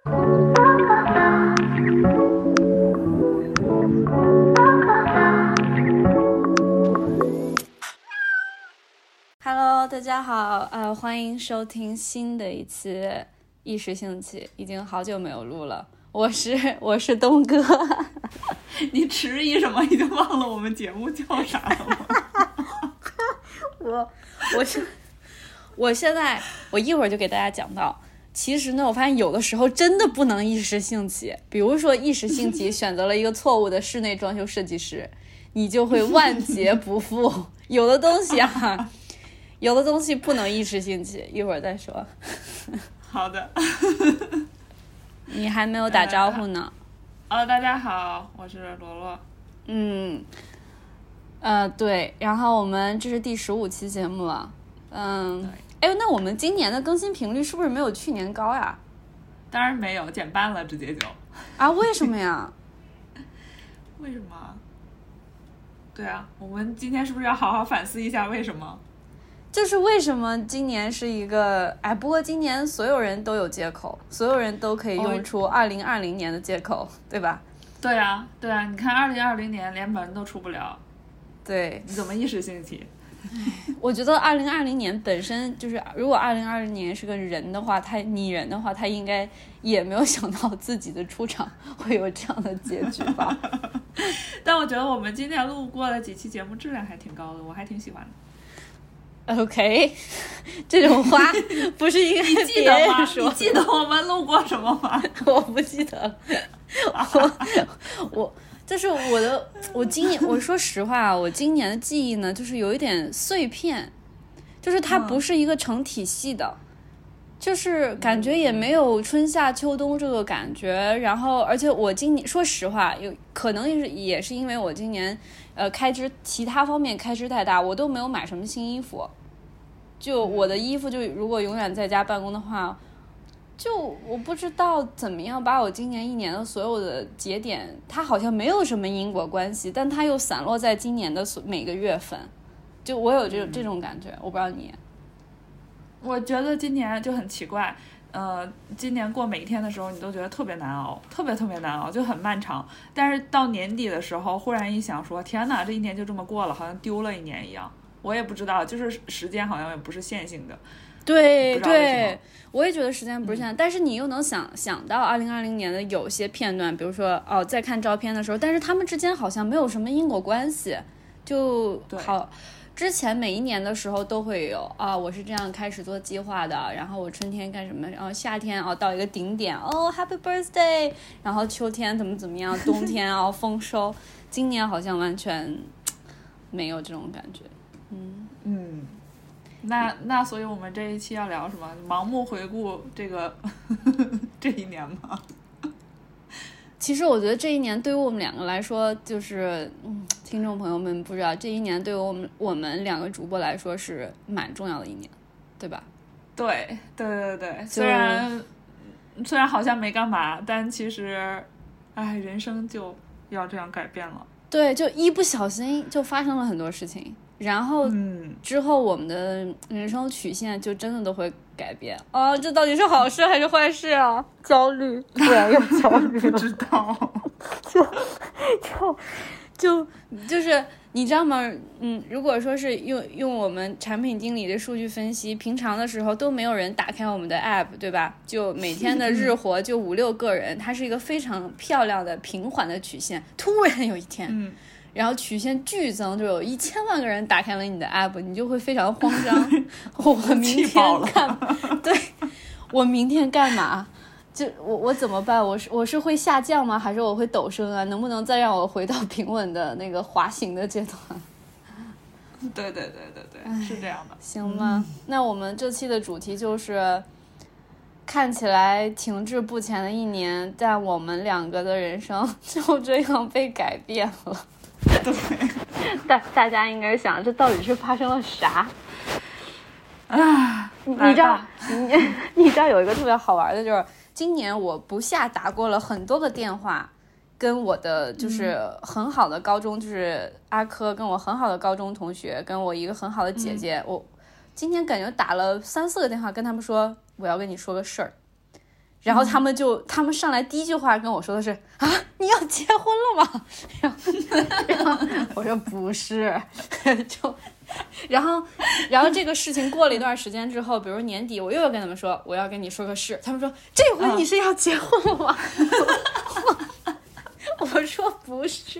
Hello， 大家好，欢迎收听新的一期一时兴起，已经好久没有录了。我是东哥。 你迟疑什么？已经忘了我们节目叫啥了吗？我现在一会儿就给大家讲到。其实呢，我发现有的时候真的不能一时兴起。比如说一时兴起选择了一个错误的室内装修设计师，你就会万劫不复。有的东西不能一时兴起，一会儿再说。 好的。 你还没有打招呼呢。 大家好，我是罗罗。 对，然后我们这是第15期节目了。那我们今年的更新频率是不是没有去年高呀？ 当然没有，减半了，直接就。 为什么呀？ 为什么？对啊，我们今天是不是要好好反思一下为什么？ 就是为什么今年是一个不过今年所有人都有借口，所有人都可以用出2020年的借口，对吧？ 对啊，你看2020年连门都出不了， 对， 你怎么一时兴起？ 我觉得2020年本身就是，如果2020年是个人的话，拟人的话，他应该也没有想到自己的出场会有这样的结局吧。 但我觉得我们今天录过的几期节目质量还挺高的，我还挺喜欢的。 OK， 这种话不是应该别人说？ 你记得我们录过什么吗？ 我不记得了。我就是我今年，我说实话，我今年的记忆呢，就是有一点碎片，就是它不是一个成体系的，就是感觉也没有春夏秋冬这个感觉。然后，而且我今年说实话，有可能也是因为我今年其他方面开支太大，我都没有买什么新衣服。就我的衣服，就如果永远在家办公的话，就我不知道怎么样把我今年一年的所有的节点，它好像没有什么因果关系，但它又散落在今年的每个月份，就我有这种感觉。我不知道你。 我觉得今年就很奇怪，今年过每一天的时候，你都觉得特别难熬，特别特别难熬，就很漫长。但是到年底的时候，忽然一想说，天哪，这一年就这么过了，好像丢了一年一样。我也不知道，就是时间好像也不是线性的。 对，我也觉得时间不是线性，但是你又能想到2020年的有些片段，比如说在看照片的时候，但是他们之间好像没有什么因果关系，就好。之前每一年的时候都会有我是这样开始做计划的，然后我春天干什么，然后夏天到一个顶点Happy Birthday， 然后秋天怎么样，冬天丰收。今年好像完全没有这种感觉。 那所以我们这一期要聊什么？盲目回顾这个这一年吗？ 其实我觉得这一年对于我们两个来说，就是听众朋友们不知道，这一年对于我们两个主播来说是蛮重要的一年，对吧？ 对，虽然好像没干嘛，但其实人生就要这样改变了。 对，就一不小心就发生了很多事情，然后之后我们的人生曲线就真的都会改变这到底是好事还是坏事啊？焦虑，对啊，又焦虑了。 不知道。 就是你知道吗？如果说是用我们产品经理的数据分析，平常的时候都没有人打开我们的 app， 对吧？就每天的日活就5-6个人，它是一个非常漂亮的平缓的曲线。突然有一天，然后曲线剧增，就有1000万个人打开了你的 app， 你就会非常慌张。我明天干嘛？就我怎么办？我是会下降吗？还是我会陡升啊？能不能再让我回到平稳的那个滑行的阶段？ 对，是这样的。 行吗？那我们这期的主题就是看起来停滞不前的一年，但我们两个的人生就这样被改变了。 对， 大家应该想，这到底是发生了啥？你知道有一个特别好玩的，就是今年我不下打过了很多个电话，跟我的就是很好的高中，就是阿珂跟我很好的高中同学，跟我一个很好的姐姐，我今天感觉打了3-4个电话跟他们说我要跟你说个事儿， 然后他们上来第一句话跟我说的是啊，你要结婚了吗？然后我说不是，然后这个事情过了一段时间之后，比如年底我又要跟他们说我要跟你说个事，他们说这回你是要结婚了吗？我说不是。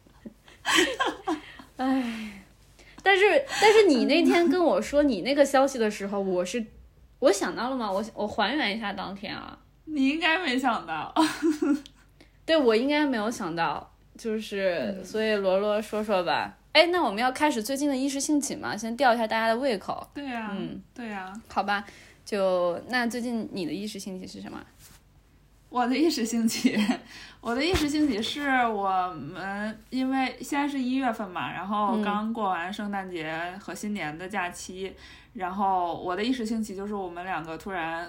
哎，但是你那天跟我说你那个消息的时候，我想到了吗？我还原一下当天啊。 你应该没想到。 对，我应该没有想到，就是所以罗罗说说吧。哎，那我们要开始最近的一时兴起嘛，先吊一下大家的胃口。 对呀，对呀。 好吧，那最近你的一时兴起是什么？ 我的一时兴起是我们因为现在是1月份嘛，然后刚过完圣诞节和新年的假期，然后我的一时兴起就是我们2个突然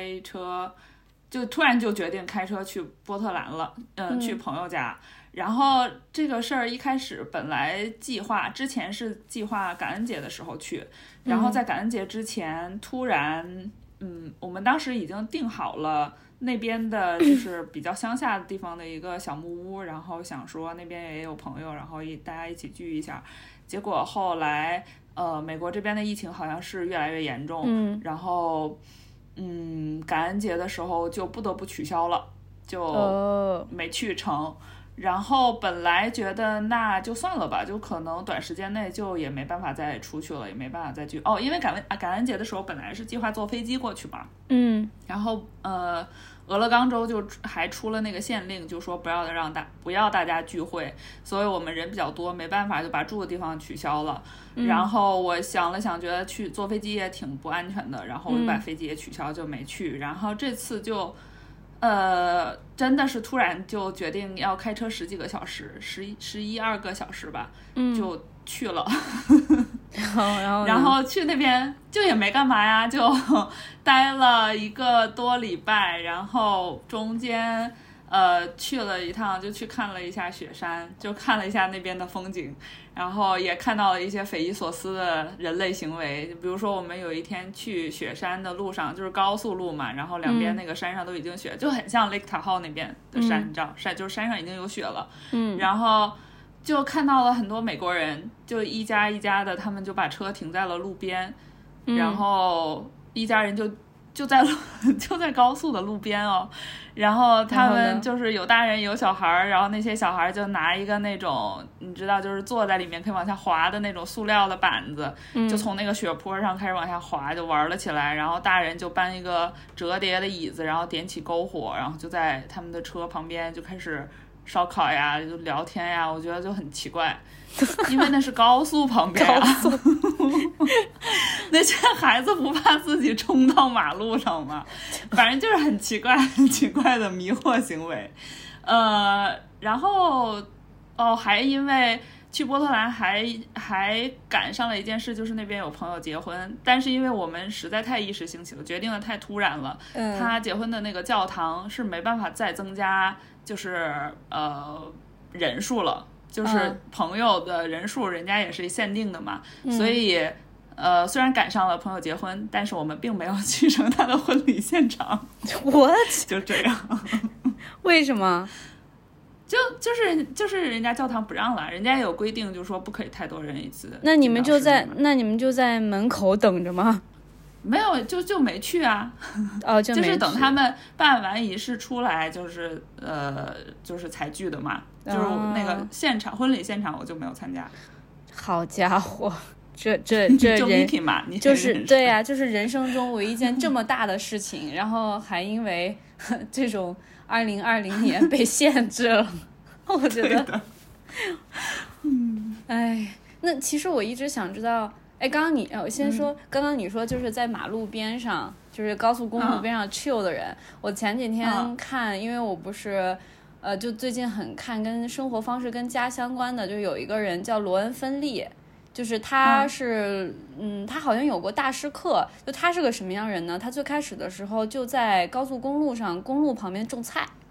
就决定开车去波特兰了，去朋友家。然后这个事儿一开始本来之前是计划感恩节的时候去，然后在感恩节之前突然，我们当时已经订好了那边的就是比较乡下的地方的一个小木屋，然后想说那边也有朋友，然后大家一起聚一下。结果后来美国这边的疫情好像是越来越严重，然后感恩节的时候就不得不取消了，就没去成。然后本来觉得那就算了吧，就可能短时间内就也没办法再出去了，也没办法再聚。因为感恩节的时候本来是计划坐飞机过去嘛，然后俄勒冈州就还出了那个限令，就说不要大家聚会，所以我们人比较多，没办法就把住的地方取消了。然后我想了想，觉得去坐飞机也挺不安全的，然后我就把飞机也取消，就没去。然后这次就真的是突然就决定要开车10几个小时，12个小时吧，就去了。然后去那边就也没干嘛呀，就待了1个多礼拜，然后中间去了一趟，就去看了一下雪山，就看了一下那边的风景，然后也看到了一些匪夷所思的人类行为。比如说我们有一天去雪山的路上，就是高速路嘛，然后两边那个山上都已经雪，就很像 Lake Tahoe 那边的山，你知道，就是山上已经有雪了，然后就看到了很多美国人，就一家一家的，他们就把车停在了路边，然后一家人就在高速的路边然后他们就是有大人有小孩，然后那些小孩就拿一个那种你知道就是坐在里面可以往下滑的那种塑料的板子，就从那个雪坡上开始往下滑，就玩了起来。然后大人就搬一个折叠的椅子，然后点起篝火，然后就在他们的车旁边就开始烧烤呀，就聊天呀，我觉得就很奇怪，因为那是高速旁边那些孩子不怕自己冲到马路上吗？反正就是很奇怪的迷惑行为。然后还因为去波特兰还赶上了一件事，就是那边有朋友结婚，但是因为我们实在太一时兴起了，决定的太突然了，他结婚的那个教堂是没办法再增加就是人数了，就是朋友的人数人家也是限定的嘛，所以虽然赶上了朋友结婚，但是我们并没有去成他的婚礼现场。 What？ 就这样。 为什么？ 就是人家教堂不让了，人家有规定，就是说不可以太多人一次。 那你们就在门口等着吗？ 没有，就没去啊。就是等他们办完仪式出来，就是才聚的嘛。就是那个婚礼现场我就没有参加。 好家伙，这就人 Miki 嘛，你就是对呀，就是人生中唯一一件这么大的事情，然后还因为这种2020年被限制了，我觉得，哎，那其实我一直想知道，哎，我先说，刚刚你说就是在马路边上，就是高速公路边上 chill 的人，我前几天看，因为我不是。就最近很看跟生活方式跟家相关的，就有一个人叫罗恩·芬利，就是他是他好像有过大师课，就他是个什么样人呢？他最开始的时候就在高速公路上公路旁边种菜，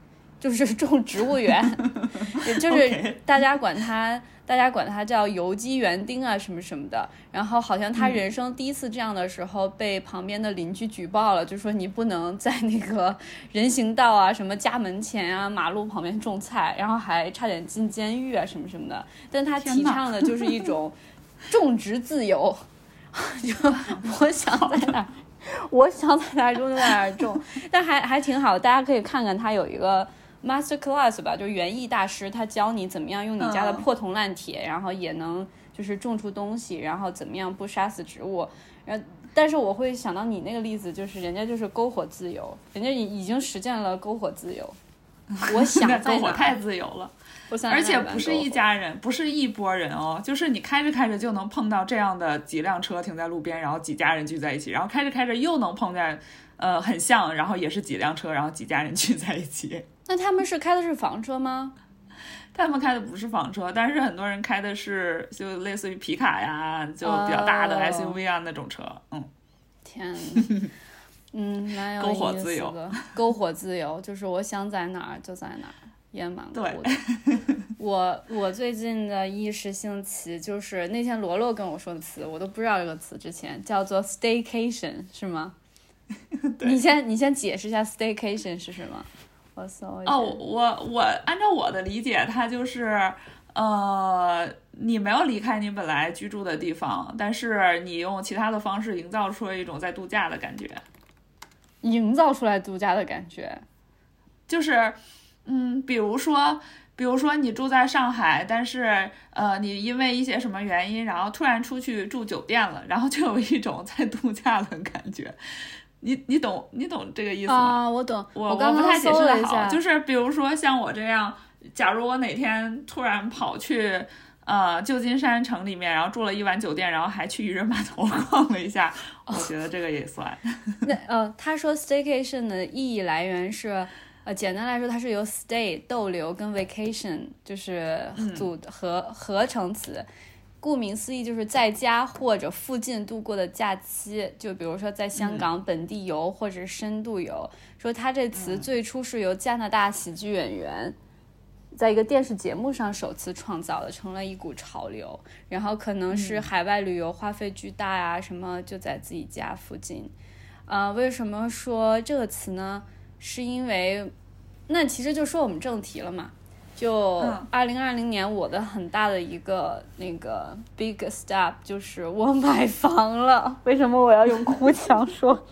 就是种植物园，也就是大家管它叫有机园丁啊什么什么的。然后好像他人生第一次这样的时候，被旁边的邻居举报了，就说你不能在那个人行道啊、什么家门前啊、马路旁边种菜，然后还差点进监狱啊什么什么的。但他提倡的就是一种种植自由，就我想在哪儿种就在哪儿种，但还挺好，大家可以看看他有一个 master class 吧，就是园艺大师，他教你怎么样用你家的破铜烂铁，然后也能就是种出东西，然后怎么样不杀死植物。但是我会想到你那个例子，就是人家就是篝火自由，人家已经实现了篝火自由。我想在篝火太自由了，而且不是一家人，不是一拨人哦，就是你开着开着就能碰到这样的几辆车停在路边，然后几家人聚在一起，然后开着开着又能碰见很像，然后也是几辆车，然后几家人聚在一起。 那他们开的是房车吗？ 他们开的不是房车，但是很多人开的是就类似于皮卡呀，就比较大的 SUV 啊那种车。 天蛮有意思的。 篝火自由， 篝火自由就是我想在哪儿就在哪儿，也蛮酷的。我最近的一时兴起就是那天罗罗跟我说的词，我都不知道这个词之前，叫做 staycation 是吗？你先解释一下 staycation 是什么？我搜一下。 我按照我的理解，它就是你没有离开你本来居住的地方，但是你用其他的方式营造出了一种在度假的感觉。 营造出来度假的感觉， 就是比如说你住在上海，但是你因为一些什么原因，然后突然出去住酒店了，然后就有一种在度假的感觉。你懂这个意思吗？ 啊，我懂。 我刚刚不太解释的好，就是比如说像我这样，假如我哪天突然跑去旧金山城里面，然后住了一晚酒店，然后还去渔人码头逛了一下，我觉得这个也算。 他说 staycation 的意义来源是简单来说，它是由 stay 逗留跟 vacation 就是合成词。顾名思义就是在家或者附近度过的假期，就比如说在香港本地游或者深度游。说它这词最初是由加拿大喜剧演员在一个电视节目上首次创造的，成了一股潮流。然后可能是海外旅游花费巨大呀，什么就在自己家附近。为什么说这个词呢？是因为那其实就说我们正题了嘛。就2020年我的很大的一个那个 big step 就是我买房了。为什么我要用哭腔说？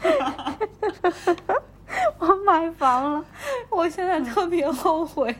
我买房了，我现在特别后悔。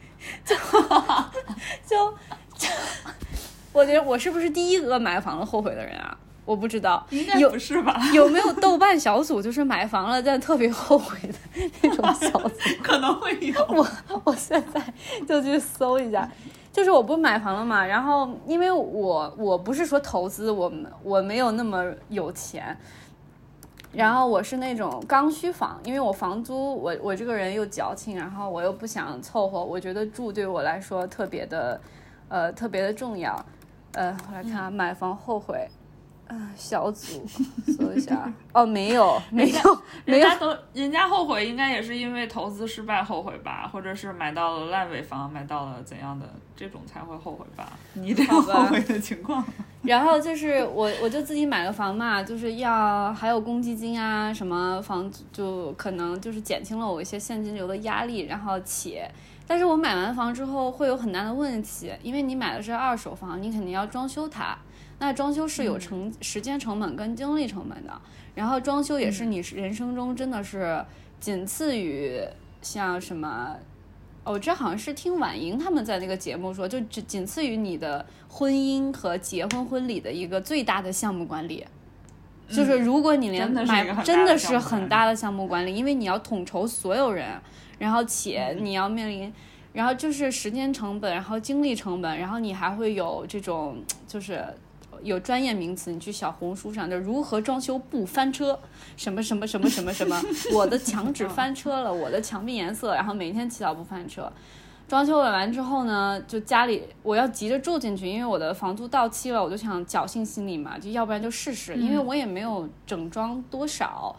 我觉得我是不是第一个买房了后悔的人啊？我不知道， 应该不是吧？ 有没有豆瓣小组就是买房了但特别后悔的那种小组？ 可能会有。 我现在就去搜一下，就是我不买房了嘛，然后因为我不是说投资，我没有那么有钱，然后我是那种刚需房，因为我房租我这个人又矫情，然后我又不想凑合，我觉得住对我来说特别的重要。我来看买房后悔。小组搜一下没有， 人家后悔应该也是因为投资失败后悔吧，或者是买到了烂尾房，买到了怎样的这种才会后悔吧？你这种后悔的情况。 然后就是我就自己买了房嘛，就是还有公积金啊什么房，就可能就是减轻了我一些现金流的压力。然后但是我买完房之后会有很大的问题，因为你买的是二手房，你肯定要装修它。那装修是有时间成本跟精力成本的，然后装修也是你人生中真的是仅次于像什么，这好像是听婉莹他们在那个节目说，就仅次于你的婚姻和结婚婚礼的一个最大的项目管理。就是如果你连真的是很大的项目管理，因为你要统筹所有人，然后且你要面临。然后就是时间成本，然后精力成本，然后你还会有这种就是有专业名词，你去小红书上就如何装修不翻车，什么什么什么什么什么，我的墙纸翻车了，我的墙壁颜色，然后每天祈祷不翻车。装修完之后呢，就家里我要急着住进去，因为我的房租到期了，我就想侥幸心理嘛，就要不然就试试，因为我也没有整装多少。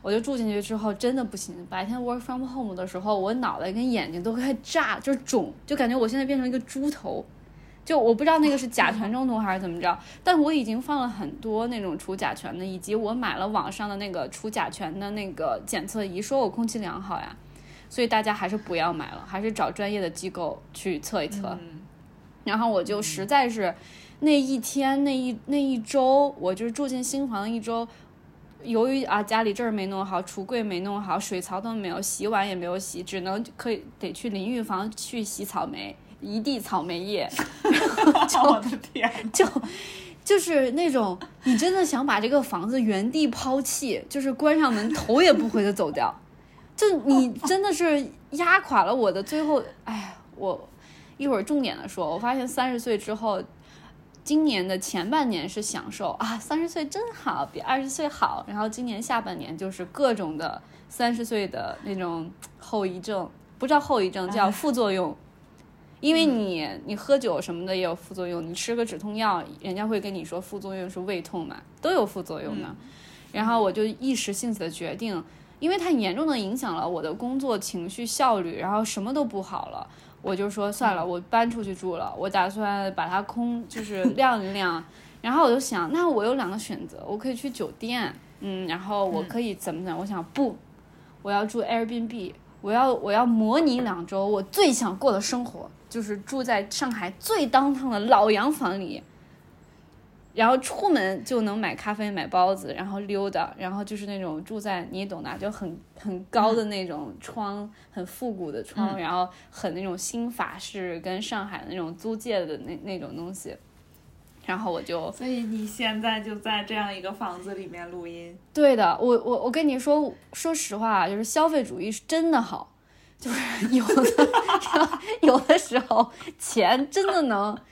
我就住进去之后真的不行，白天 work from home 的时候，我脑袋跟眼睛都快炸，就是肿，就感觉我现在变成一个猪头。就我不知道那个是甲醛中毒还是怎么着，但我已经放了很多那种除甲醛的，以及我买了网上的那个除甲醛的那个检测仪，说我空气良好呀。所以大家还是不要买了，还是找专业的机构去测一测。然后我就实在是那一天那一周，我就是住进新房的一周，由于家里这儿没弄好，橱柜没弄好，水槽都没有，洗碗也没有洗，只能得去淋浴房去洗草莓，一地草莓叶。 我的天， 就是那种你真的想把这个房子原地抛弃，就是关上门头也不回的走掉。就你真的是压垮了我的最后。我一会儿重点的说，我发现30岁之后，今年的前半年是享受30岁真好，比20岁好，然后今年下半年就是各种的30岁的那种后遗症，不叫后遗症，叫副作用。因为你喝酒什么的也有副作用，你吃个止痛药，人家会跟你说副作用是胃痛嘛，都有副作用的。然后我就一时兴起的决定，因为它严重的影响了我的工作情绪效率，然后什么都不好了，我就说算了，我搬出去住了，我打算把它就是晾一晾。然后我就想，那我有2个选择，我可以去酒店，然后我可以怎么我想不，我要住 Airbnb， 我要模拟2周我最想过的生活，就是住在上海最downtown的老洋房里，然后出门就能买咖啡买包子，然后溜达，然后就是那种住在你懂的，就很高的那种窗，很复古的窗，然后很那种新法式跟上海那种租界的那种东西。然后所以你现在就在这样一个房子里面录音。 对的，我跟你说实话，就是消费主义是真的好，就是有的时候钱真的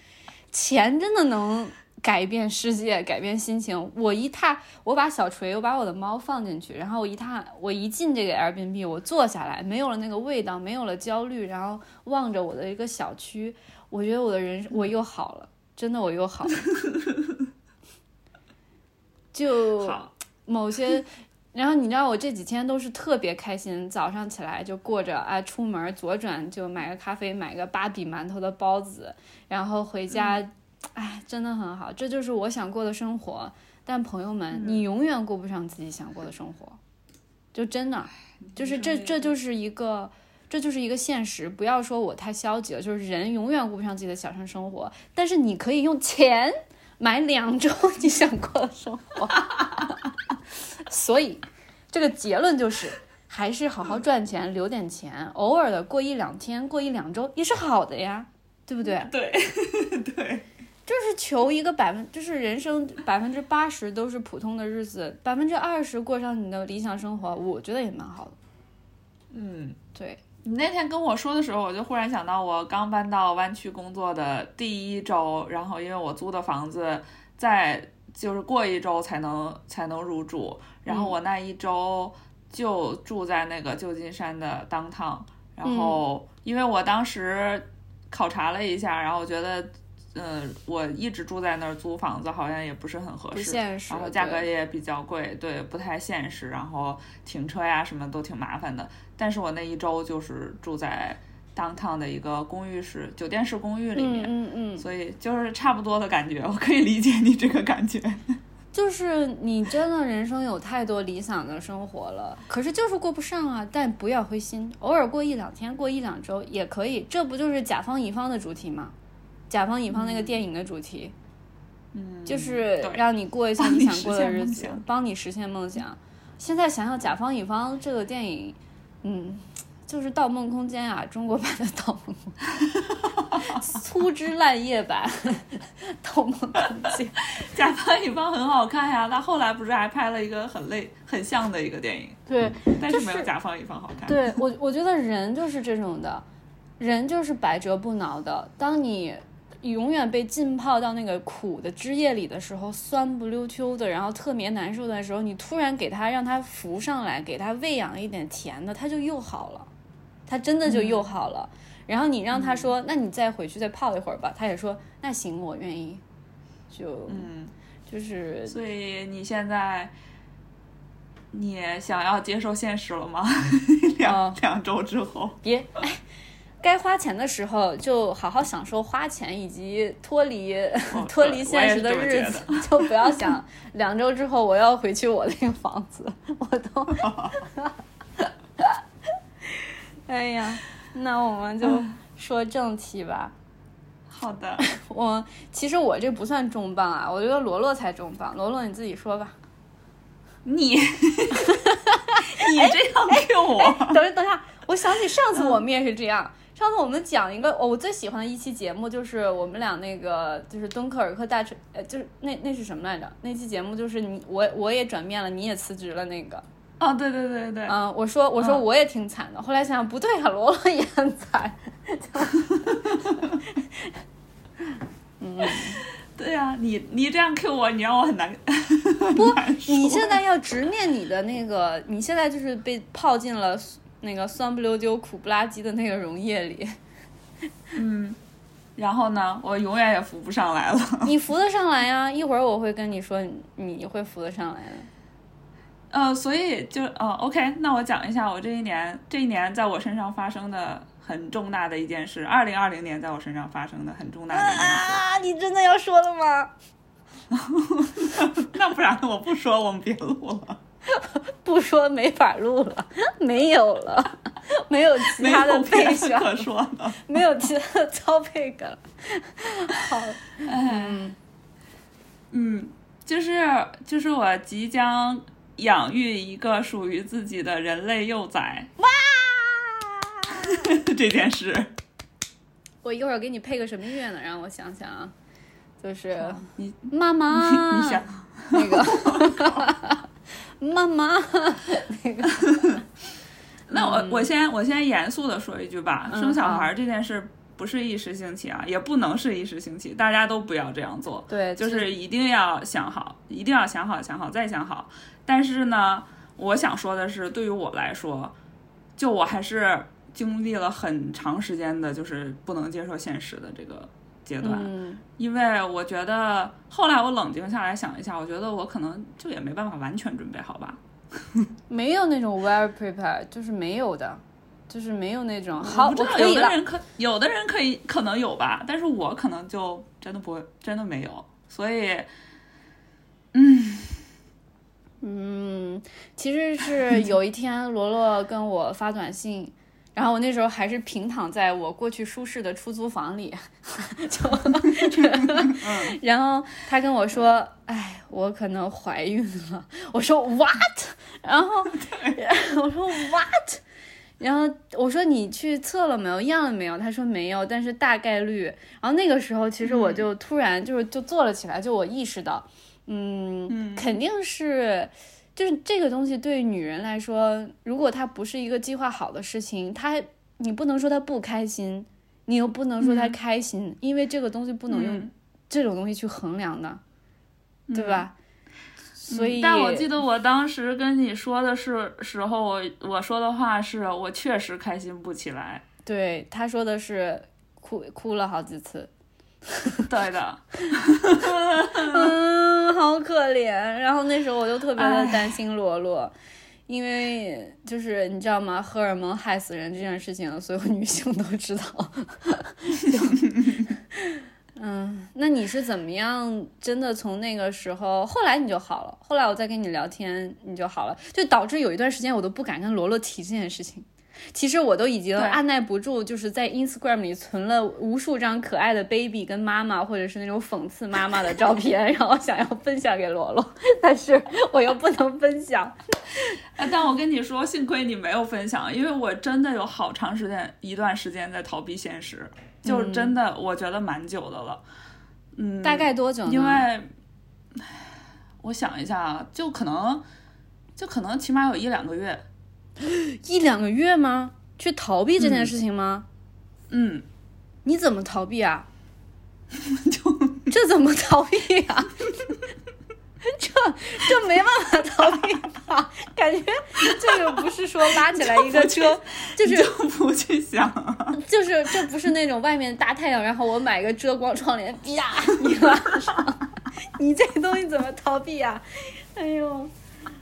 能改变世界，改变心情。我把小锤，我把我的猫放进去，然后我一进这个 Airbnb， 我坐下来，没有了那个味道，没有了焦虑，然后望着我的一个小区，我觉得我的人我又好了，真的我又好了。就某些，然后你知道我这几天都是特别开心，早上起来就过着出门左转就买个咖啡，买个8比馒头的包子，然后回家。真的很好，这就是我想过的生活。但朋友们，你永远过不上自己想过的生活，就真的就是这就是一个现实。不要说我太消极了，就是人永远过不上自己的小城生活，但是你可以用钱买2周你想过的生活。所以这个结论就是还是好好赚钱，留点钱，偶尔的过1-2天，过1-2周也是好的呀，对不对？ 对对， 就是求一个就是人生80%都是普通的日子，20%过上你的理想生活，我觉得也蛮好的。对。 你那天跟我说的时候，我就忽然想到，我刚搬到湾区工作的第1周，然后因为我租的房子就是过1周才能入住，然后我那1周就住在那个旧金山的 downtown， 然后因为我当时考察了一下，然后我觉得我一直住在那儿租房子好像也不是很合适， 不现实， 然后价格也比较贵，对，不太现实，然后停车呀什么都挺麻烦的。但是我那1周就是住在 downtown 的一个酒店式公寓里面，所以就是差不多的感觉，我可以理解你这个感觉。 就是你真的人生有太多理想的生活了，可是就是过不上啊。但不要灰心，偶尔过1-2天，过1-2周也可以。这不就是甲方乙方的主题吗？甲方乙方那个电影的主题，就是让你过一下你想过的日子，帮你实现梦想。现在想想甲方乙方这个电影，就是《盗梦空间》啊，中国版的《盗梦空间》，粗枝烂叶版《盗梦空间》。 甲方乙方很好看呀，他后来不是还拍了一个很像的一个电影？ 对， 但是没有甲方乙方好看。 对，我觉得人就是这种的，人就是百折不挠的。当你永远被浸泡到那个苦的汁液里的时候，酸不溜秋的，然后特别难受的时候，你突然让它浮上来，给它喂养一点甜的，它就又好了，它真的就又好了。然后你让他说，那你再回去再泡一会儿吧，他也说那行，我愿意。就是， 所以你现在你想要接受现实了吗？两周之后， 该花钱的时候就好好享受花钱，以及脱离现实的日子，就不要想2周之后我要回去我那个房子，我都哎呀，那我们就说正题吧。 好的。 其实我这不算重磅啊，我觉得罗罗才重磅。罗罗你自己说吧。 你这样 Q 我。 等一下，我想起上次我们也是这样。上次我们讲一个我最喜欢的一期节目，就是我们俩那个就是敦刻尔克大锤，就是那是什么来着？那期节目就是我也转变了，你也辞职了那个。 哦，对。 我说我也挺惨的，后来想想不对啊，罗罗也很惨。 对呀，你这样 Q 我，你让我很难。 不，你现在要直面你的那个，你现在就是被泡进了那个酸不溜丢、苦不拉几的那个溶液里。 然后呢，我永远也浮不上来了。 你浮得上来呀，一会儿我会跟你说，你会浮得上来的。 所以就OK， 那我讲一下我这一年在我身上发生的很重大的一件事，2020年在我身上发生的很重大的一件事。 啊，你真的要说了吗？ 那不然我不说，我们别录了。 不说没法录了，没有了，没有其他的配角可说的， 没有其他的操配梗。好， 就是我即将养育一个属于自己的人类幼崽。 哇！ 这件事， 我一会儿给你配个什么乐呢？让我想想啊，就是你妈妈， 你想那个妈妈那个。 那我先严肃的说一句吧，生小孩这件事不是一时兴起啊，也不能是一时兴起，大家都不要这样做。 对， 就是一定要想好，一定要想好再想好。但是呢，我想说的是，对于我来说，就我还是经历了很长时间的就是不能接受现实的这个阶段。因为我觉得后来我冷静下来想一下，我觉得我可能就也没办法完全准备好吧。 没有那种 well prepared， 就是没有的，就是没有那种好，我可以了。 有的人可能有吧，但是我可能就真的不会，真的没有。所以， 其实是有一天罗罗跟我发短信，然后我那时候还是平躺在我过去舒适的出租房里，然后他跟我说：“哎，我可能怀孕了。”我说 ：“What？” 然后我说 ：“What？” 然后我说：“你去测了没有？验了没有？”他说：“没有，但是大概率。”然后那个时候，其实我就突然就坐了起来，就我意识到，肯定是。就是这个东西对于女人来说，如果它不是一个计划好的事情，你不能说她不开心，你又不能说她开心，因为这个东西不能用这种东西去衡量的，对吧？所以， 但我记得我当时跟你说的时候，我说的话是我确实开心不起来。 对，他说的是哭了好几次。 对的。 好可怜。然后那时候我就特别的担心罗罗，因为就是你知道吗，荷尔蒙害死人这件事情所有女性都知道。那你是怎么样真的从那个时候，后来你就好了，后来我再跟你聊天你就好了，就导致有一段时间我都不敢跟罗罗提这件事情。其实我都已经按耐不住，就是在 Instagram 里存了无数张可爱的 baby 跟妈妈，或者是那种讽刺妈妈的照片，然后想要分享给罗罗，但是我又不能分享。 但我跟你说，幸亏你没有分享，因为我真的有好长一段时间在逃避现实，就真的我觉得蛮久的了。 大概多久呢？ 因为我想一下啊，就可能起码有1-2个月。 1-2个月吗？去逃避这件事情吗？你怎么逃避啊？这怎么逃避啊？这没办法逃避吧？感觉这个不是说拉起来一个车， 就不去想啊， 就是这不是那种外面大太阳，然后我买个遮光窗帘，啪，你拉上，你这个东西怎么逃避啊？哎呦，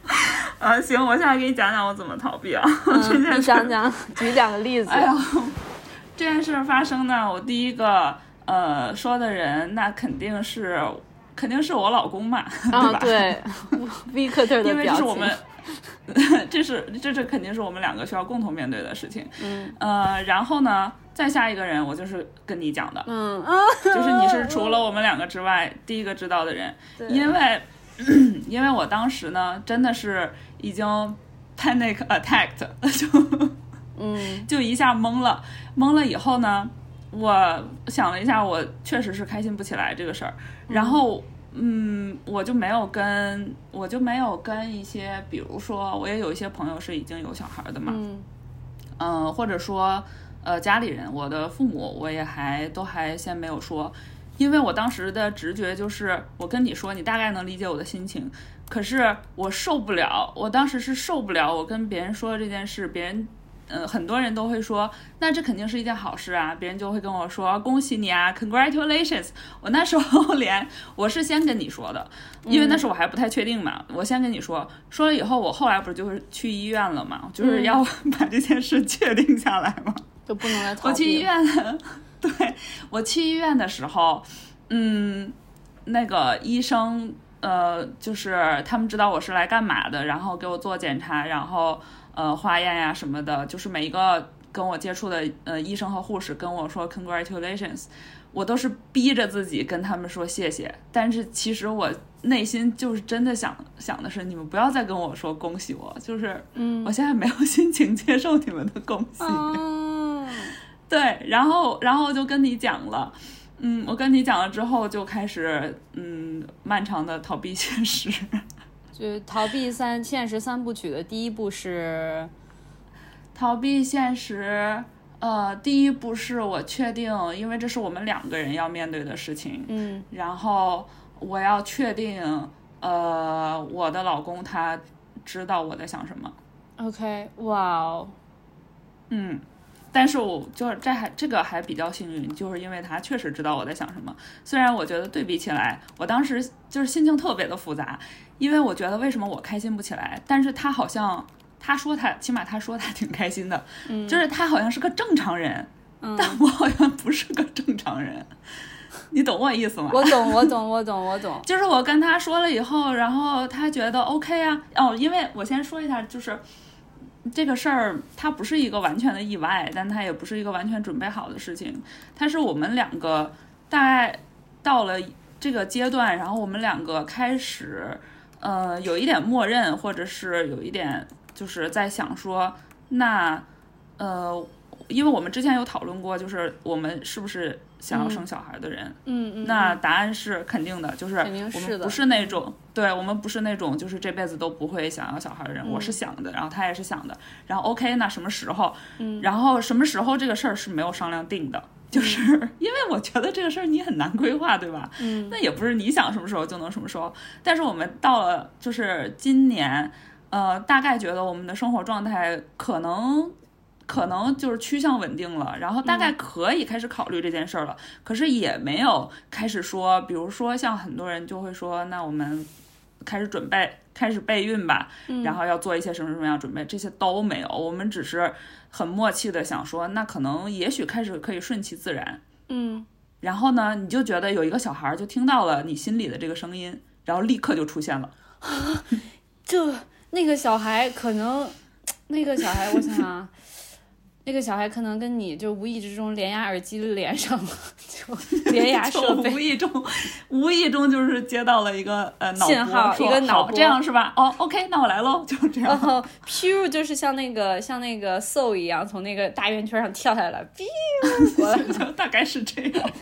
行，我现在给你讲讲我怎么逃避啊。 你讲讲，举2个例子。 哎呀，这件事发生呢，我第一个说的人，那肯定是我老公嘛，对吧？ 对，Victor 的表情， 因为这是我们，这肯定是我们2个需要共同面对的事情。然后呢，再下一个人，我就是跟你讲的，就是你是除了我们2个之外第一个知道的人，因为我当时呢，真的是已经 panic attacked， 就一下懵了以后呢，我想了一下，我确实是开心不起来这个事儿，然后我就没有跟一些，比如说我也有一些朋友是已经有小孩的嘛，或者说家里人，我的父母我也都还先没有说，因为我当时的直觉就是我跟你说，你大概能理解我的心情，可是我受不了，我当时是受不了我跟别人说这件事，别人很多人都会说，那这肯定是一件好事啊，别人就会跟我说恭喜你啊 ，congratulations。我那时候我是先跟你说的，因为那时候我还不太确定嘛，我先跟你说了以后，我后来不是就是去医院了嘛，就是要把这件事确定下来嘛， 就不能来逃避。 我去医院了，对，我去医院的时候，那个医生就是他们知道我是来干嘛的，然后给我做检查，然后化验呀什么的，就是每一个跟我接触的医生和护士跟我说 congratulations， 我都是逼着自己跟他们说谢谢，但是其实我内心就是真的想的是，你们不要再跟我说恭喜我，就是我现在没有心情接受你们的恭喜。对，然后就跟你讲了，我跟你讲了之后就开始漫长的逃避现实。 就逃避现实3部曲的第一步是逃避现实，第一步是我确定，因为这是我们2个人要面对的事情，然后我要确定，我的老公他知道我在想什么。 OK， 哇哦， 但是我就是这个还比较幸运，就是因为他确实知道我在想什么。虽然我觉得对比起来，我当时就是心情特别的复杂，因为我觉得为什么我开心不起来，但是他好像起码他说他挺开心的，就是他好像是个正常人，但我好像不是个正常人。你懂我意思吗？ 我懂。 就是我跟他说了以后，然后他觉得 OK 啊。因为我先说一下，就是这个事儿它不是一个完全的意外，但它也不是一个完全准备好的事情，它是我们2个大概到了这个阶段，然后我们2个开始有一点默认，或者是有一点就是在想说，那因为我们之前有讨论过，就是我们是不是想要生小孩的人，那答案是肯定的，就是我们不是那种，对，我们不是那种就是这辈子都不会想要小孩的人，我是想的，然后他也是想的，然后 OK， 那什么时候，然后什么时候这个事儿是没有商量定的，就是因为我觉得这个事儿你很难规划，对吧？那也不是你想什么时候就能什么时候，但是我们到了就是今年，大概觉得我们的生活状态可能就是趋向稳定了，然后大概可以开始考虑这件事了，可是也没有开始说，比如说像很多人就会说，那我们开始备孕吧，然后要做一些什么什么样准备，这些都没有，我们只是很默契的想说，那可能也许开始可以顺其自然，然后呢，你就觉得有一个小孩就听到了你心里的这个声音，然后立刻就出现了， 就那个小孩，我想啊。那个小孩可能跟你就无意之中连牙耳机连上了，就连牙设备， 无意中就是接到了一个信号，一个脑波， 这样是吧？OK， 那我来喽，就这样。 然后噗，就是像那个 Soul 一样，从那个大圆圈上跳下来，过来， 大概是这样。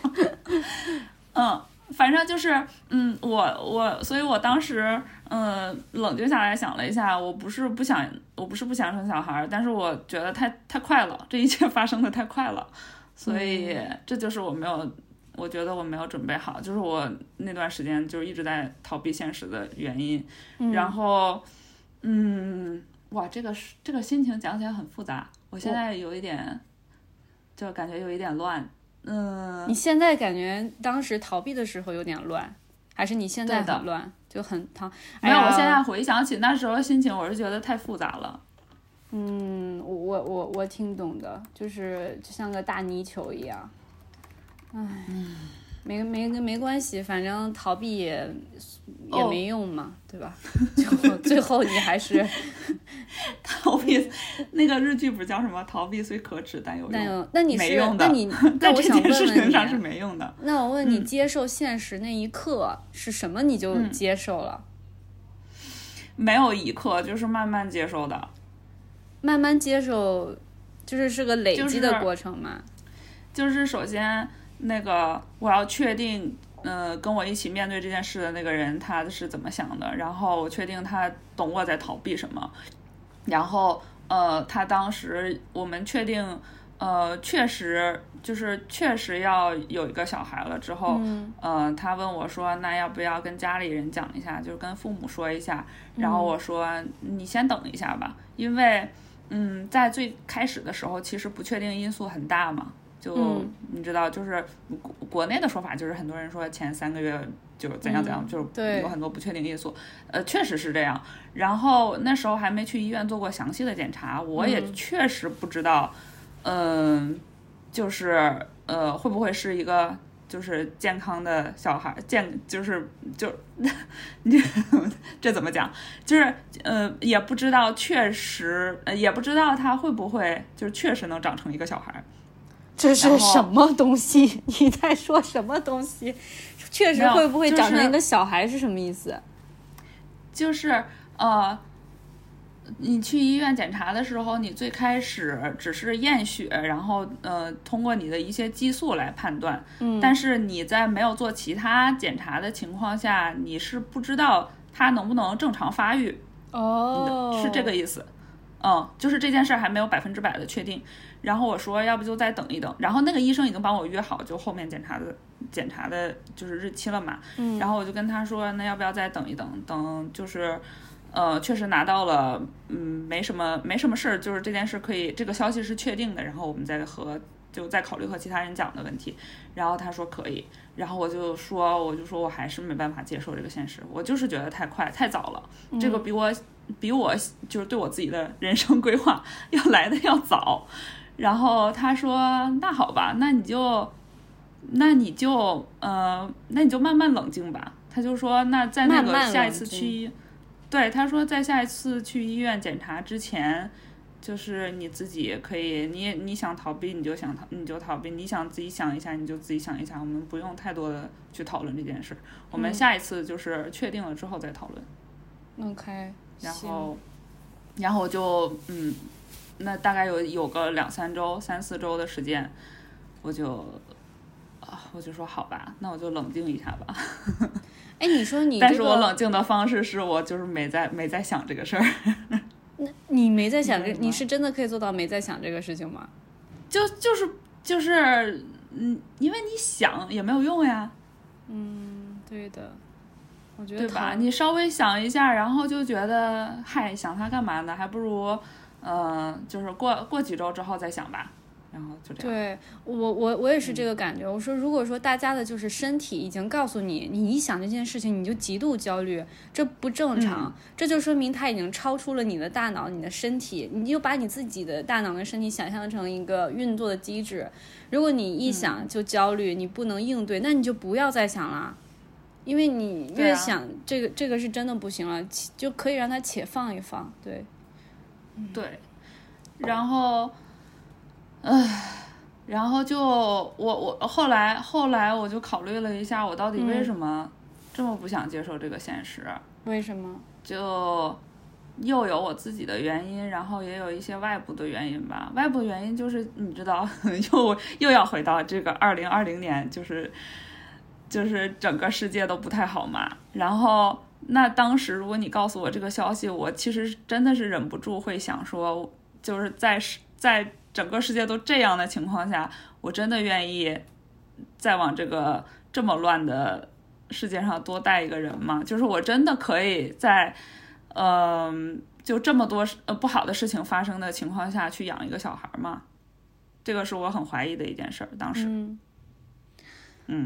反正就是，所以我当时，冷静下来想了一下，我不是不想生小孩，但是我觉得太快了，这一切发生的太快了，所以这就是我觉得我没有准备好，就是我那段时间就是一直在逃避现实的原因，然后，哇，这个心情讲起来很复杂，我现在有一点，就感觉有一点乱。 你现在感觉当时逃避的时候有点乱，还是你现在很乱？ 就很疼。 没有，我现在回想起那时候心情，我是觉得太复杂了。 我挺懂的，就是就像个大泥球一样。唉，没关系，反正逃避也没用嘛，对吧？最后你还是逃避。那个日剧不是叫什么？逃避虽可耻，但有用。 那你是没用的， 那我想问问你， 在这件事情上是没用的。 那我问你，接受现实那一刻是什么？你就接受了？ 没有一刻，就是慢慢接受的。 慢慢接受，是个累积的过程嘛？ 就是首先那个我要确定，跟我一起面对这件事的那个人他是怎么想的，然后我确定他懂我在逃避什么，然后他当时我们确定，确实要有一个小孩了之后，他问我说，那要不要跟家里人讲一下，就是跟父母说一下，然后我说你先等一下吧，因为在最开始的时候其实不确定因素很大嘛。就你知道，就是国内的说法，就是很多人说前3个月就怎样怎样，就是有很多不确定因素，确实是这样。然后那时候还没去医院做过详细的检查，我也确实不知道，就是会不会是一个就是健康的小孩，这怎么讲？就是也不知道，确实也不知道他会不会就是确实能长成一个小孩。 这是什么东西？你在说什么东西？确实会不会长成一个小孩是什么意思？ 就是你去医院检查的时候，你最开始只是验血，然后通过你的一些激素来判断，但是你在没有做其他检查的情况下，你是不知道它能不能正常发育。是这个意思。就是这件事还没有100%的确定。然后我说要不就再等一等，然后那个医生已经帮我约好就后面检查的就是日期了嘛，然后我就跟他说那要不要再等一等，等就是确实拿到了没什么事儿，就是这件事可以这个消息是确定的，然后我们再考虑和其他人讲的问题，然后他说可以，然后我就说我还是没办法接受这个现实，我就是觉得太快太早了，这个比我就是对我自己的人生规划要来的要早。然后他说那好吧，那你就慢慢冷静吧。他就说那在那个下一次去对，他说在下一次去医院检查之前，就是你自己可以，你想逃避你就逃避，你想自己想一下你就自己想一下，我们不用太多的去讨论这件事，我们下一次就是确定了之后再讨论。 OK， 然后我就那大概有个2-3周、3-4周的时间，我就说好吧，那我就冷静一下吧。 哎，你说你但是我冷静的方式是我就是没在想这个事儿。 那你没在想你是真的可以做到没在想这个事情吗？ 就是因为你想也没有用呀。 对的，我觉得对吧？你稍微想一下，然后就觉得嗨，想它干嘛呢？还不如就是过几周之后再想吧。然后就这样。对， 我也是这个感觉。我说，如果说大家的就是身体已经告诉你，你一想这件事情你就极度焦虑，这不正常，这就说明它已经超出了你的大脑、你的身体，你就把你自己的大脑跟身体想象成一个运作的机制。如果你一想就焦虑，你不能应对，那你就不要再想了，因为你越想，这个是真的不行了，就可以让它且放一放。对， 对，然后。然后就我后来我就考虑了一下，我到底为什么这么不想接受这个现实？ 为什么？ 就又有我自己的原因，然后也有一些外部的原因吧。外部原因就是你知道，又要回到这个2020年，就是整个世界都不太好嘛。然后那当时如果你告诉我这个消息，我其实真的是忍不住会想说，就是在整个世界都这样的情况下，我真的愿意再往这么乱的世界上多带一个人吗？就是我真的可以在就这么多不好的事情发生的情况下去养一个小孩吗？这个是我很怀疑的一件事儿，当时。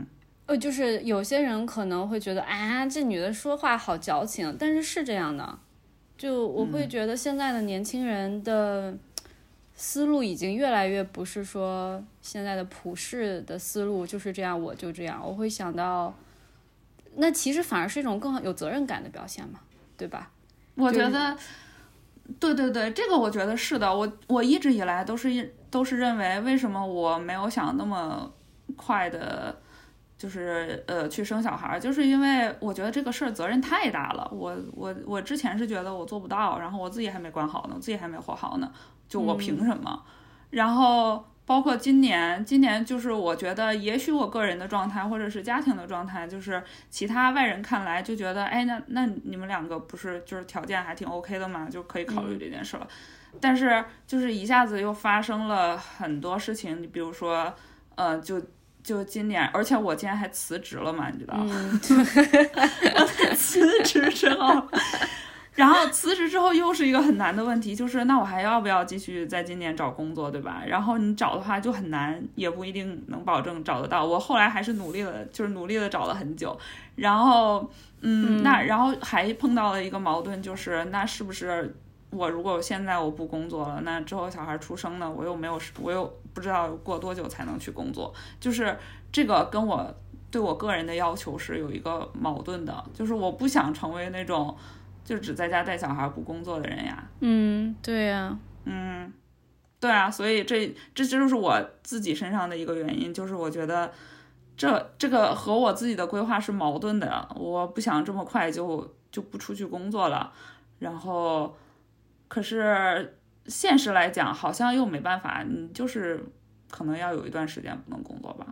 就是有些人可能会觉得，啊，这女的说话好矫情，但是是这样的。就我会觉得现在的年轻人的思路已经越来越不是说现在的普世的思路就是这样，我就这样。我会想到，那其实反而是一种更有责任感的表现嘛，对吧？ 我觉得，对对对，这个我觉得是的。我一直以来都是认为，为什么我没有想那么快的。就是去生小孩，就是因为我觉得这个事儿责任太大了。我之前是觉得我做不到，然后我自己还没管好呢，我自己还没活好呢，就我凭什么？然后包括今年就是我觉得，也许我个人的状态或者是家庭的状态，就是其他外人看来就觉得，哎，那你们两个不是就是条件还挺 OK 的嘛，就可以考虑这件事了。但是就是一下子又发生了很多事情，你比如说，就今年，而且我今年还辞职了嘛，你知道吗？我在辞职之后，然后辞职之后又是一个很难的问题，就是那我还要不要继续在今年找工作，对吧？然后你找的话就很难，也不一定能保证找得到。我后来还是努力的找了很久，然后然后还碰到了一个矛盾，就是那是不是我如果现在我不工作了，那之后小孩出生呢，我又不知道过多久才能去工作，就是这个跟我对我个人的要求是有一个矛盾的，就是我不想成为那种就只在家带小孩不工作的人呀。 对呀， 对啊，所以这就是我自己身上的一个原因，就是我觉得这个和我自己的规划是矛盾的，我不想这么快就不出去工作了，然后可是现实来讲好像又没办法，你就是可能要有一段时间不能工作吧。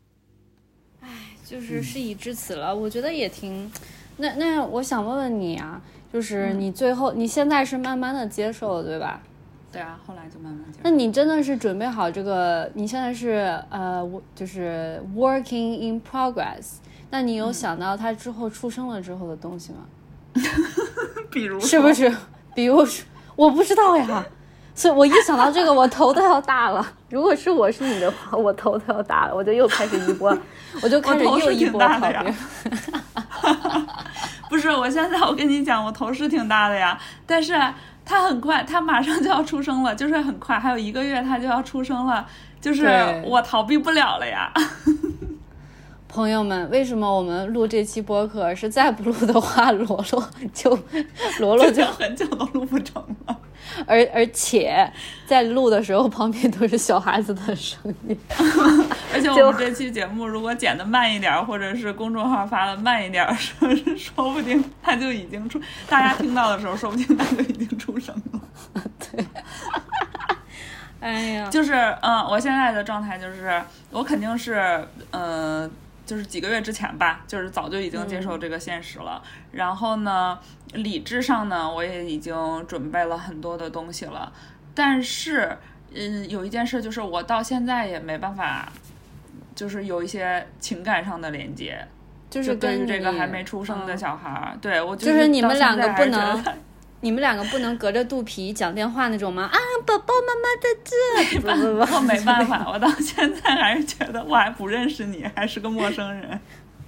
就是事已至此了，我觉得也挺。那我想问问你啊，就是你最后你现在是慢慢的接受了，对吧？ 对啊，后来就慢慢接受。 那你真的是准备好这个？你现在是就是 working in progress。那你有想到他之后出生了之后的东西吗？ 比如是不是？比如说，我不知道呀。所以我一想到这个，我头都要大了。如果是我是你的话，我头都要大了，我就又开始一波，我就开始又一波考虑。 不是，我现在我跟你讲，我头是挺大的呀，但是他很快，他马上就要出生了，就是很快，还有1个月他就要出生了，就是我逃避不了了呀。 朋友们，为什么我们录这期播客是再不录的话，罗罗就很久都录不成了。 而且在录的时候旁边都是小孩子的声音。 而且我们这期节目如果剪得慢一点，或者是公众号发的慢一点，说不定他就已经大家听到的时候说不定他就已经出生了。 对。哎呀， 就是我现在的状态就是我肯定是就是几个月之前吧，就是早就已经接受这个现实了。然后呢，理智上呢，我也已经准备了很多的东西了。但是，有一件事就是我到现在也没办法，就是有一些情感上的连接， 就是对于这个还没出生的小孩，对我就是你们两个不能。你们两个不能隔着肚皮讲电话那种吗？啊，宝宝妈妈在这。 我没办法，我到现在还是觉得我还不认识你，还是个陌生人。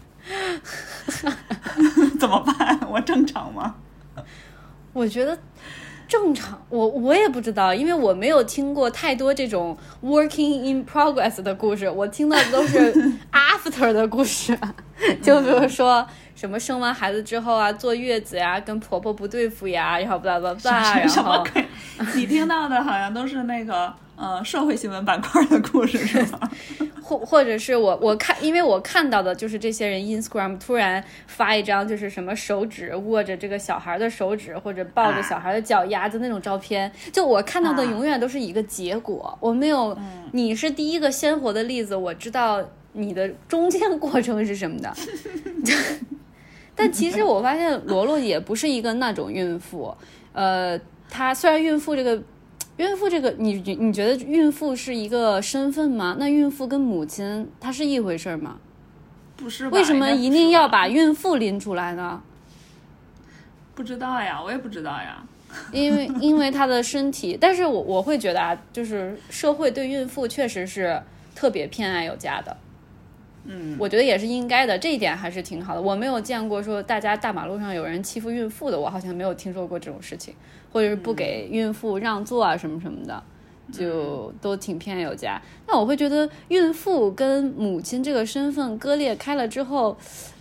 怎么办？我正常吗？ 我觉得正常，我也不知道，因为我没有听过太多这种 working in progress 的故事，我听到的都是 after 的故事。就比如说什么生完孩子之后啊，坐月子呀，跟婆婆不对付呀，然后blah blah blah，然后你听到的好像都是那个社会新闻板块的故事是吗？ 或者是我看，因为我看到的就是这些人 Instagram 突然发一张就是什么手指握着这个小孩的手指，或者抱着小孩的脚丫子那种照片，就我看到的永远都是一个结果，我没有，你是第一个鲜活的例子，我知道你的中间过程是什么的。但其实我发现罗罗也不是一个那种孕妇，她虽然孕妇这个，你觉得孕妇是一个身份吗？那孕妇跟母亲她是一回事吗？ 不是吧？ 为什么一定要把孕妇拎出来呢？ 不知道呀，我也不知道呀。 因为她的身体，但是我会觉得啊，就是社会对孕妇确实是特别偏爱有加的。 我觉得也是应该的，这一点还是挺好的。我没有见过说大家大马路上有人欺负孕妇的，我好像没有听说过这种事情，或者是不给孕妇让座啊什么什么的，就都挺偏有加。那我会觉得孕妇跟母亲这个身份割裂开了之后，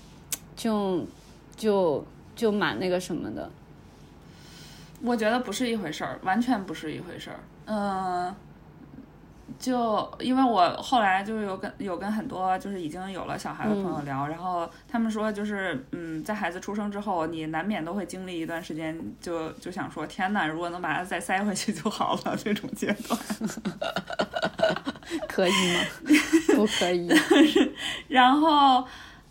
就蛮那个什么的。 我觉得不是一回事儿，完全不是一回事儿。就因为我后来就是有跟很多就是已经有了小孩的朋友聊，然后他们说就是在孩子出生之后，你难免都会经历一段时间，就想说天哪，如果能把它再塞回去就好了这种阶段。 可以吗？不可以。 然后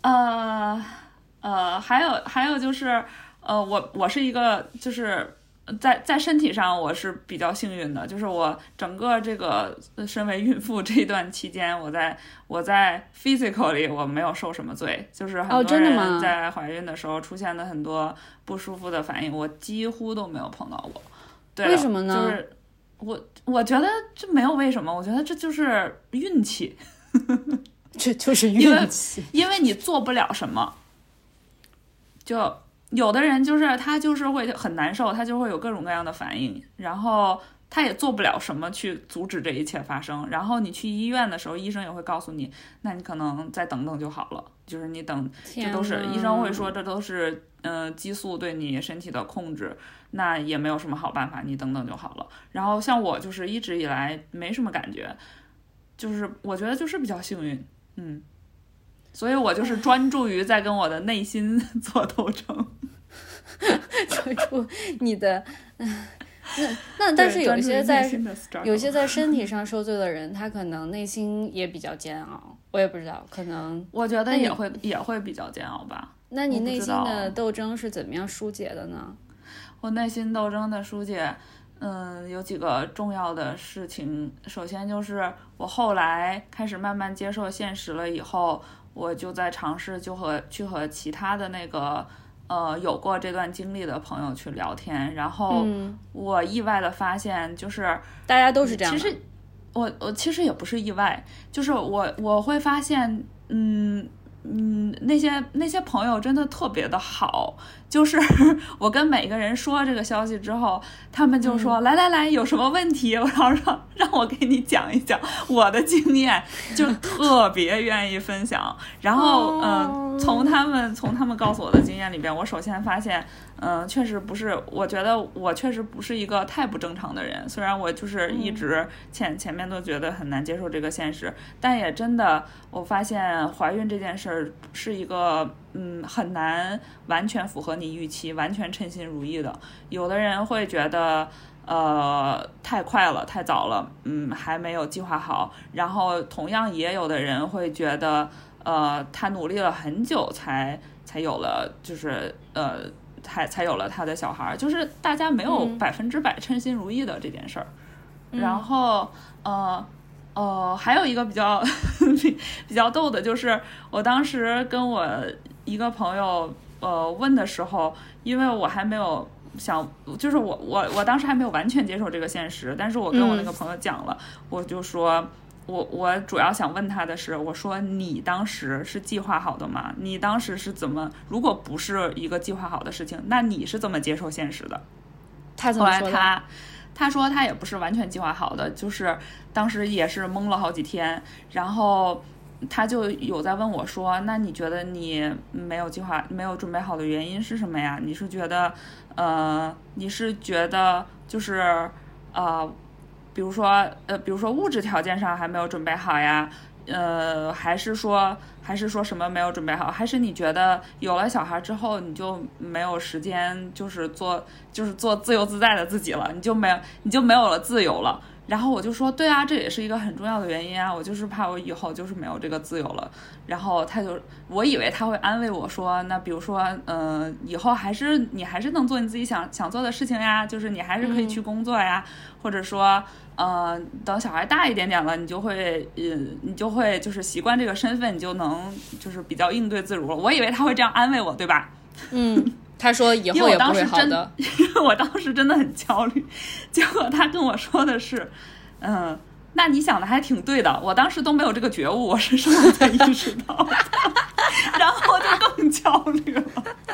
还有就是我是一个就是在身体上我是比较幸运的，就是我整个这个身为孕妇这一段期间，我在 physical 里我没有受什么罪，就是很多人在怀孕的时候出现的很多不舒服的反应，我几乎都没有碰到过。对， 为什么呢？ 就是我觉得这没有为什么，我觉得这就是运气。 这就是运气， 因为你做不了什么，就有的人就是他就是会很难受，他就会有各种各样的反应，然后他也做不了什么去阻止这一切发生。然后你去医院的时候，医生也会告诉你，那你可能再等等就好了，就是你等，这都是医生会说这都是激素对你身体的控制，那也没有什么好办法，你等等就好了。然后像我就是一直以来没什么感觉，就是我觉得就是比较幸运，所以我就是专注于在跟我的内心做斗争。 专注你的，那但是有一些在身体上受罪的人，他可能内心也比较煎熬，我也不知道，可能我觉得也会比较煎熬吧。 那你内心的斗争是怎么样疏解的呢？ 我内心斗争的疏解，有几个重要的事情。首先就是我后来开始慢慢接受现实了以后，我就在尝试去和其他的那个有过这段经历的朋友去聊天，然后我意外的发现，就是大家都是这样的。 其实我其实也不是意外，就是我会发现，那些朋友真的特别的好，就是我跟每个人说这个消息之后，他们就说来有什么问题，然后让我给你讲一讲我的经验，就特别愿意分享。然后从他们告诉我的经验里边，我首先发现确实不是，我觉得我确实不是一个太不正常的人，虽然我就是一直前面都觉得很难接受这个现实，但也真的我发现怀孕这件事儿是一个很难完全符合你预期，完全称心如意的。有的人会觉得太快了，太早了，还没有计划好。然后同样也有的人会觉得他努力了很久才有了，就是才有了他的小孩，就是大家没有100%称心如意的这件事儿。然后还有一个比较逗的，就是我当时跟我一个朋友问的时候，因为我还没有就是我当时还没有完全接受这个现实，但是我跟我那个朋友讲了，我就说我主要想问他的是，我说你当时是计划好的吗？你当时是怎么，如果不是一个计划好的事情，那你是怎么接受现实的？ 他怎么说的？ 后来他说他也不是完全计划好的，就是当时也是懵了好几天，然后他就有在问我说，那你觉得你没有准备好的原因是什么呀？你是觉得就是比如说物质条件上还没有准备好呀，还是说什么没有准备好，还是你觉得有了小孩之后你就没有时间就是做自由自在的自己了，你就没有了自由了。然后我就说对啊，这也是一个很重要的原因啊，我就是怕我以后就是没有这个自由了。然后我以为他会安慰我说，那比如说以后你还是能做你自己想做的事情呀，就是你还是可以去工作呀，或者说等小孩大一点点了，你就会就是习惯这个身份，你就能就是比较应对自如了。我以为他会这样安慰我，对吧？ 他说以后也不会好的。 我当时真的很焦虑，结果他跟我说的是那你想的还挺对的，我当时都没有这个觉悟，我是什么才意识到的，然后就更焦虑了。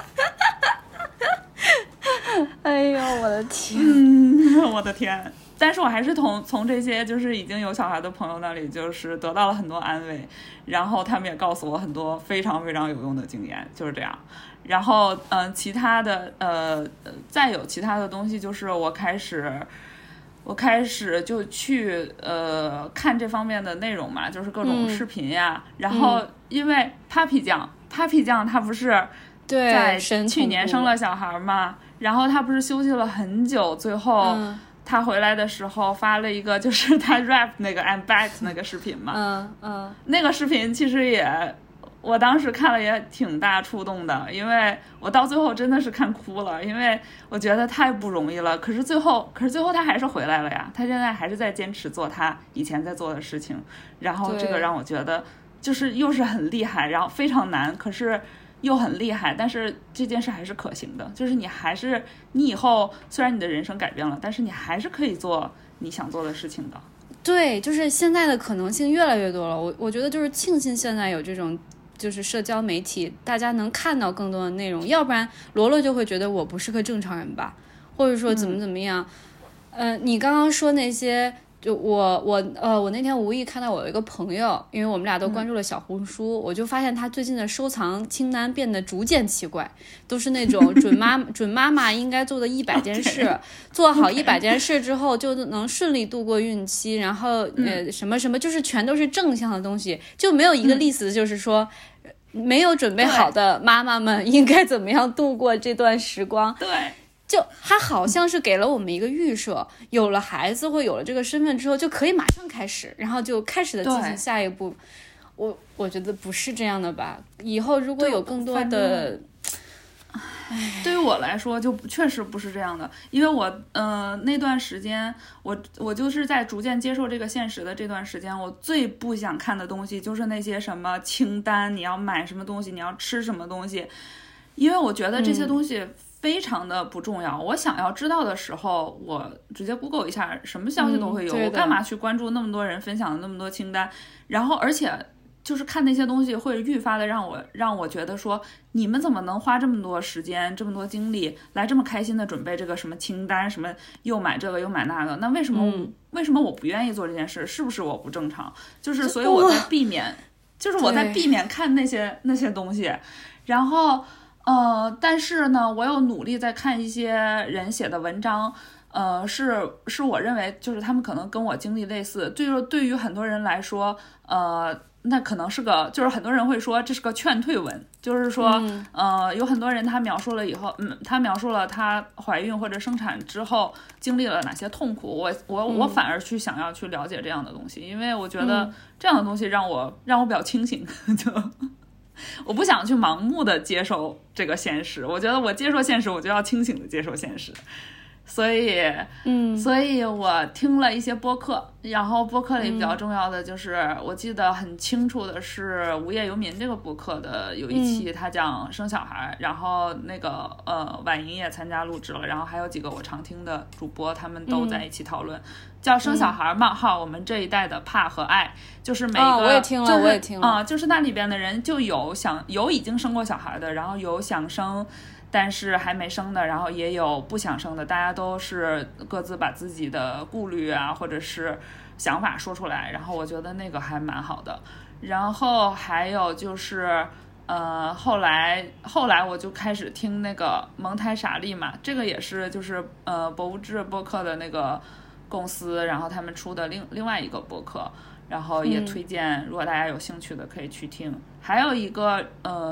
哎呦，我的天！ 我的天！但是我还是从这些就是已经有小孩的朋友那里，就是得到了很多安慰，然后他们也告诉我很多非常非常有用的经验，就是这样。然后其他的再有其他的东西，就是我开始就去看这方面的内容嘛，就是各种视频呀。然后因为 Papi 酱他不是在去年生了小孩嘛，然后他不是休息了很久，最后他回来的时候发了一个就是他 rap 那个 I'm back 那个视频嘛。那个视频其实也我当时看了也挺大触动的，因为我到最后真的是看哭了，因为我觉得太不容易了。可是最后他还是回来了呀，他现在还是在坚持做他以前在做的事情，然后这个让我觉得就是又是很厉害，然后非常难，可是又很厉害，但是这件事还是可行的，就是你以后虽然你的人生改变了，但是你还是可以做你想做的事情的。 对，就是现在的可能性越来越多了，我觉得就是庆幸现在有这种就是社交媒体，大家能看到更多的内容，要不然罗罗就会觉得我不是个正常人吧，或者说怎么样。你刚刚说那些，就我那天无意看到我有一个朋友，因为我们俩都关注了小红书，我就发现他最近的收藏清单变得逐渐奇怪，都是那种准妈妈应该做的100件事，做好100件事之后就能顺利度过孕期，然后什么什么，就是全都是正向的东西，就没有一个例子就是说没有准备好的妈妈们应该怎么样度过这段时光。 对， 就他好像是给了我们一个预设，有了孩子或有了这个身份之后就可以马上开始，然后就开始的进行下一步。我觉得不是这样的吧，以后如果有更多的， 对于我来说就确实不是这样的，因为我那段时间我就是在逐渐接受这个现实的这段时间，我最不想看的东西就是那些什么清单，你要买什么东西，你要吃什么东西，因为我觉得这些东西非常的不重要。我想要知道的时候，我直接 Google 一下，什么消息都会有，我干嘛去关注那么多人分享的那么多清单？然后而且就是看那些东西会愈发的让我觉得说，你们怎么能花这么多时间这么多精力来这么开心的准备这个什么清单，什么又买这个又买那个，那为什么我不愿意做这件事？是不是我不正常？就是所以我在避免，就是我在避免看那些东西。然后但是呢我有努力在看一些人写的文章，是我认为就是他们可能跟我经历类似，就是对于很多人来说那可能是个，就是很多人会说这是个劝退文，就是说有很多人他描述了以后他描述了他怀孕或者生产之后经历了哪些痛苦，我反而想要去了解这样的东西，因为我觉得这样的东西让我比较清醒，就我不想去盲目的接受这个现实，我觉得我接受现实我就要清醒的接受现实。所以我听了一些播客，然后播客里比较重要的就是，我记得很清楚的是无业游民这个播客的有一期他讲生小孩，然后那个婉莹也参加录制了，然后还有几个我常听的主播他们都在一起讨论，叫生小孩我们这一代的怕和爱，就是每一个我也听了就是那里边的人就有已经生过小孩的，然后有想生但是还没生的，然后也有不想生的，大家都是各自把自己的顾虑啊或者是想法说出来，然后我觉得那个还蛮好的。然后还有就是后来我就开始听那个蒙台傻利嘛，这个也是就是博物志播客的那个公司，然后他们出的另外一个播客，然后也推荐如果大家有兴趣的可以去听。还有一个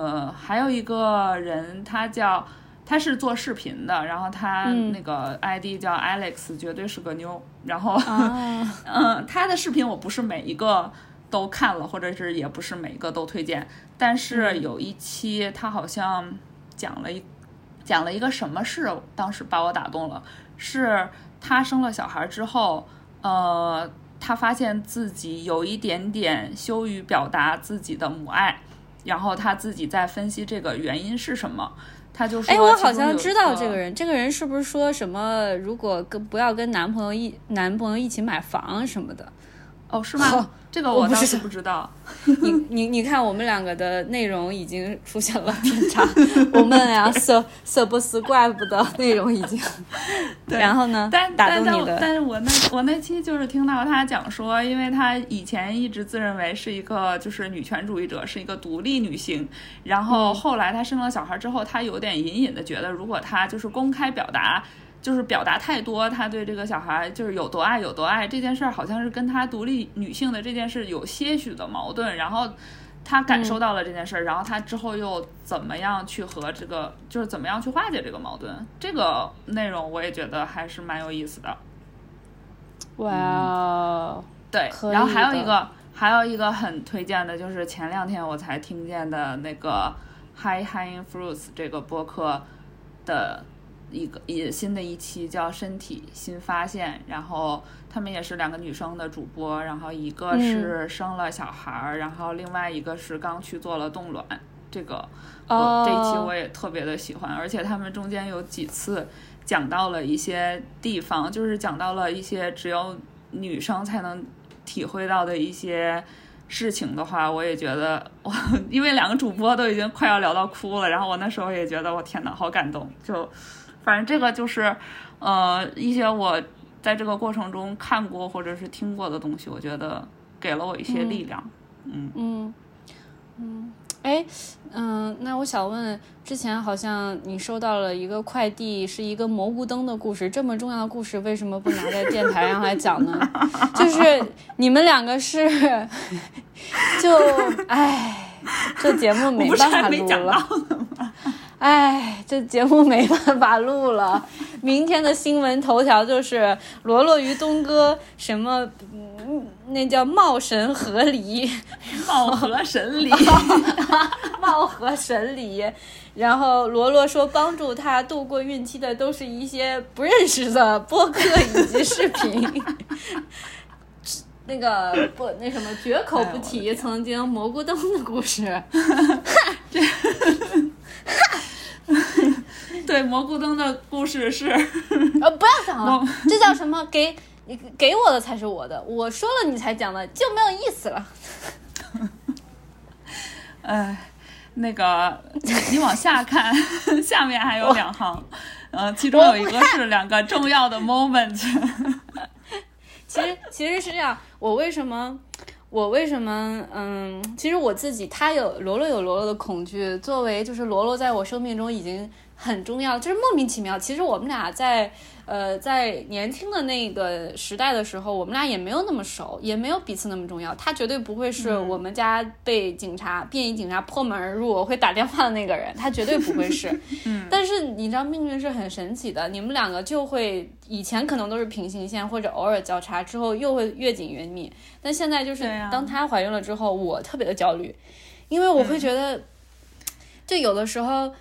人他是做视频的，然后他那个 ID 叫 Alex 绝对是个妞，然后他的视频我不是每一个都看了，或者是也不是每一个都推荐，但是有一期他好像讲了一个什么事，当时把我打动了，是他生了小孩之后他发现自己有一点点羞于表达自己的母爱，然后他自己在分析这个原因是什么。他就说， 我好像知道这个人是不是说什么如果不要跟男朋友一起买房什么的， 哦，是吗？这个我倒是不知道。 你看，我们两个的内容已经出现了偏差，我们呀subscribe的内容已经。 对， 然后呢？打动你的。 但是我那期就是听到他讲说，因为他以前一直自认为是一个就是女权主义者，是一个独立女性，然后后来他生了小孩之后，他有点隐隐的觉得，如果他就是公开表达。就是表达太多，他对这个小孩就是有多爱有多爱这件事儿，好像是跟他独立女性的这件事有些许的矛盾。然后他感受到了这件事儿，然后他之后又怎么样去和这个，就是怎么样去化解这个矛盾，这个内容我也觉得还是蛮有意思的。 哇， 对，然后还有一个很推荐的，就是前2天我才听见的那个 High Hanging Fruits 这个播客的。新的一期叫身体新发现，然后他们也是2个女生的主播，然后一个是生了小孩，然后另外一个是刚去做了冻卵，这个这一期我也特别的喜欢，而且他们中间有几次讲到了一些地方，就是讲到了一些只有女生才能体会到的一些事情的话，我也觉得因为2个主播都已经快要聊到哭了，然后我那时候也觉得我天哪，好感动，就反正这个就是一些我在这个过程中看过或者是听过的东西，我觉得给了我一些力量。 那我想问，之前好像你收到了一个快递，是一个蘑菇灯的故事，这么重要的故事为什么不拿在电台上来讲呢？就是你们2个是这节目没办法录了。这节目没办法录了。明天的新闻头条就是罗罗与东哥什么，那叫貌神合离， 貌合神离， 貌合神离。然后罗罗说，帮助他度过孕期的都是一些不认识的播客以及视频。那什么绝口不提曾经蘑菇灯的故事。 对，蘑菇灯的故事是不要讲了，这叫什么？给我的才是我的，我说了你才讲的就没有意思了。 那个你往下看，下面还有2行，其中有一个是2个重要的 moment。 其实是这样，我为什么其实我自己，罗罗有罗罗的恐惧，作为就是罗罗在我生命中已经很重要，就是莫名其妙。其实我们俩在年轻的那个时代的时候，我们俩也没有那么熟，也没有彼此那么重要。他绝对不会是我们家被便衣警察破门而入我会打电话的那个人，他绝对不会是。但是你知道命运是很神奇的，你们2个就会以前可能都是平行线或者偶尔交叉，之后又会越紧越密。但现在就是当她怀孕了之后，我特别的焦虑，因为我会觉得，就有的时候，